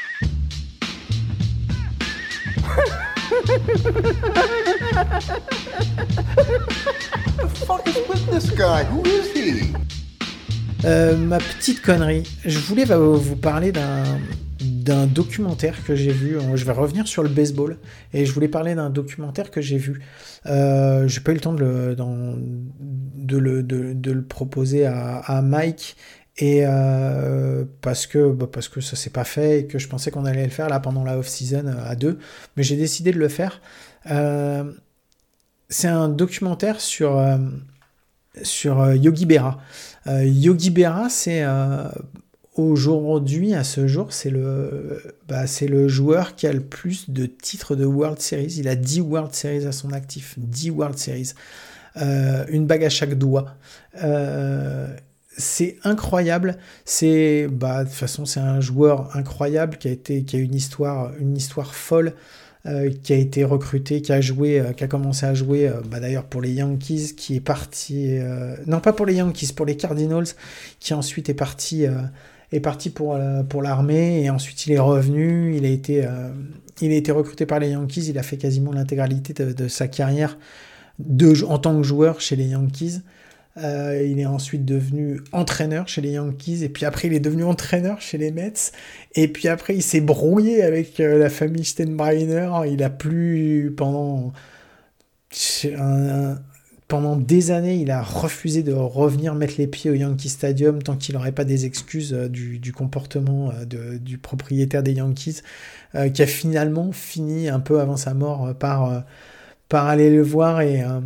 What the fuck is with this guy? Who is he? Euh, ma petite connerie. Je voulais vous parler d'un d'un documentaire que j'ai vu. Je vais revenir sur le baseball et je voulais parler d'un documentaire que j'ai vu. Euh, j'ai pas eu le temps de le, dans, de le, de, de le proposer à, à Mike et euh, parce que bah parce que ça s'est pas fait et que je pensais qu'on allait le faire là pendant la off-season à deux, mais j'ai décidé de le faire. Euh, c'est un documentaire sur euh, sur Yogi Berra. Euh, Yogi Berra, c'est euh, aujourd'hui, à ce jour, c'est le, bah, c'est le joueur qui a le plus de titres de World Series. Il a dix World Series à son actif. dix World Series. Euh, une bague à chaque doigt. Euh, c'est incroyable. C'est, bah, de toute façon, c'est un joueur incroyable qui a été, qui a une histoire, une histoire folle. Euh, qui a été recruté, qui a joué, euh, qui a commencé à jouer, euh, bah, d'ailleurs pour les Yankees, qui est parti, euh, non pas pour les Yankees, pour les Cardinals, qui ensuite est parti, euh, est parti pour euh, pour l'armée et ensuite il est revenu, il a été, euh, il a été recruté par les Yankees, il a fait quasiment l'intégralité de, de sa carrière de en tant que joueur chez les Yankees. Euh, il est ensuite devenu entraîneur chez les Yankees, et puis après il est devenu entraîneur chez les Mets, et puis après il s'est brouillé avec euh, la famille Steinbrenner, il a plus pendant un, un, pendant des années, il a refusé de revenir mettre les pieds au Yankee Stadium tant qu'il n'aurait pas des excuses euh, du, du comportement euh, de, du propriétaire des Yankees, euh, qui a finalement fini un peu avant sa mort euh, par, euh, par aller le voir et, euh,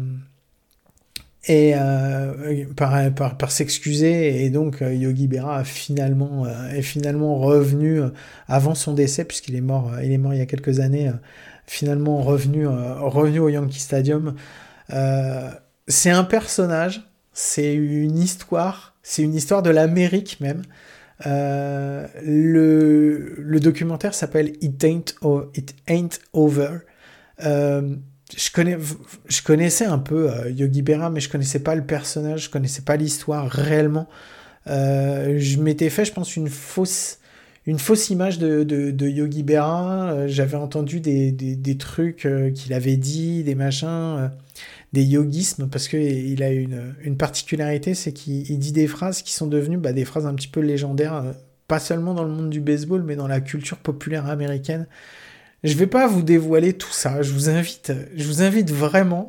et euh, par, par, par s'excuser. Et donc euh, Yogi Berra a finalement, euh, est finalement revenu euh, avant son décès, puisqu'il est mort, euh, il est mort il y a quelques années, euh, finalement revenu, euh, revenu au Yankee Stadium. Euh, c'est un personnage, c'est une histoire, c'est une histoire de l'Amérique même. Euh, le, le documentaire s'appelle It Ain't, o- It Ain't Over. Euh, je, connais, je connaissais un peu euh, Yogi Berra, mais je connaissais pas le personnage, je connaissais pas l'histoire réellement. Euh, je m'étais fait, je pense, une fausse, une fausse image de, de, de Yogi Berra. Euh, j'avais entendu des, des, des trucs euh, qu'il avait dit, des machins... Euh, des yogismes, parce qu'il a une, une particularité, c'est qu'il il dit des phrases qui sont devenues bah, des phrases un petit peu légendaires, euh, pas seulement dans le monde du baseball, mais dans la culture populaire américaine. Je vais pas vous dévoiler tout ça, je vous invite, je vous invite vraiment,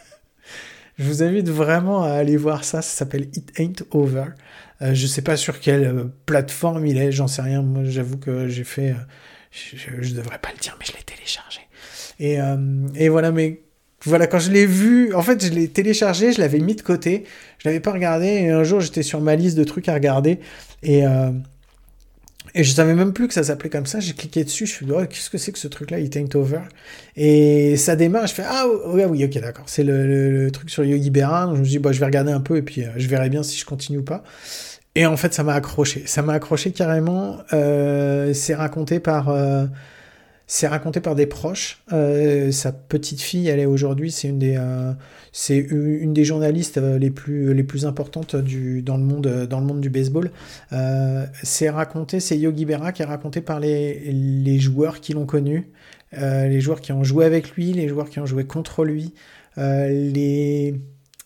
je vous invite vraiment à aller voir ça, ça s'appelle It Ain't Over. Euh, je sais pas sur quelle plateforme il est, j'en sais rien, moi j'avoue que j'ai fait, euh, je, je, je devrais pas le dire, mais je l'ai téléchargé. Et, euh, et voilà, mais Voilà, quand je l'ai vu, en fait, je l'ai téléchargé, je l'avais mis de côté, je l'avais pas regardé, et un jour, j'étais sur ma liste de trucs à regarder, et, euh, et je savais même plus que ça s'appelait comme ça, j'ai cliqué dessus, je me suis dit, oh, qu'est-ce que c'est que ce truc-là, It Ain't Over? Et ça démarre, je fais, ah ouais, oui, ok, d'accord, c'est le, le, le truc sur Yogi Berra, donc je me dis, bah, je vais regarder un peu, et puis euh, je verrai bien si je continue ou pas. Et en fait, ça m'a accroché, ça m'a accroché carrément, euh, c'est raconté par... Euh, C'est raconté par des proches. Euh, sa petite fille, elle est aujourd'hui, c'est une des, euh, c'est une des journalistes les plus, les plus importantes du, dans le monde, dans le monde du baseball. Euh, c'est raconté, c'est Yogi Berra qui est raconté par les, les joueurs qui l'ont connu, euh, les joueurs qui ont joué avec lui, les joueurs qui ont joué contre lui, euh, les,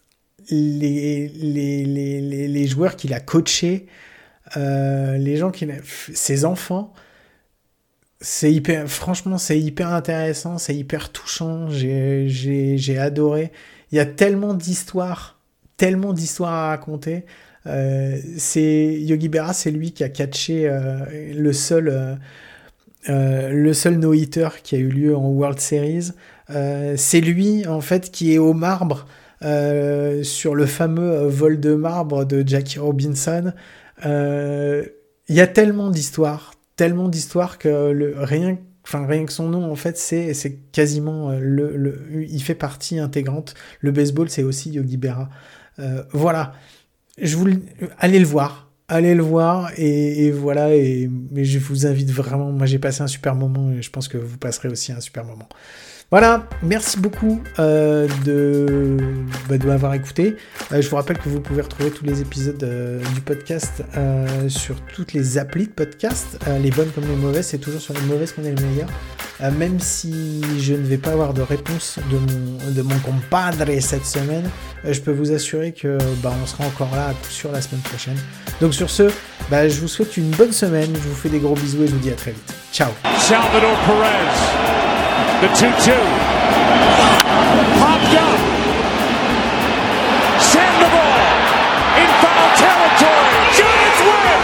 les, les, les, les, les joueurs qu'il a coachés, euh, les gens qu'il a, ses enfants. C'est hyper, franchement, c'est hyper intéressant, c'est hyper touchant, j'ai, j'ai, j'ai adoré. Il y a tellement d'histoires, tellement d'histoires à raconter. Euh, c'est, Yogi Berra, c'est lui qui a catché euh, le seul, euh, euh, le seul no-hitter qui a eu lieu en World Series. Euh, c'est lui, en fait, qui est au marbre euh, sur le fameux vol de marbre de Jackie Robinson. Euh, il y a tellement d'histoires, tellement d'histoires que le, rien, enfin, rien que son nom, en fait, c'est, c'est quasiment le, le... Il fait partie intégrante. Le baseball, c'est aussi Yogi Berra. Euh, voilà. Je vous... Allez le voir. Allez le voir. Et, et voilà. Et, mais je vous invite vraiment... Moi, j'ai passé un super moment et je pense que vous passerez aussi un super moment. Voilà, merci beaucoup euh, de, bah, de m'avoir écouté. Euh, je vous rappelle que vous pouvez retrouver tous les épisodes euh, du podcast euh, sur toutes les applis de podcast, euh, les bonnes comme les mauvaises. C'est toujours sur les mauvaises qu'on est le meilleur. Euh, même si je ne vais pas avoir de réponse de mon, de mon compadre cette semaine, euh, je peux vous assurer que bah, on sera encore là à coup sûr la semaine prochaine. Donc sur ce, bah, je vous souhaite une bonne semaine. Je vous fais des gros bisous et je vous dis à très vite. Ciao. Salvador Perez. The two two. Popped up. Sandoval in foul territory. Giants win.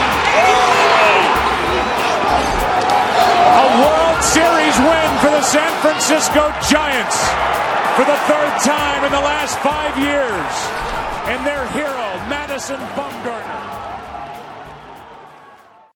A World Series win for the San Francisco Giants for the third time in the last five years. And their hero, Madison Bumgarner.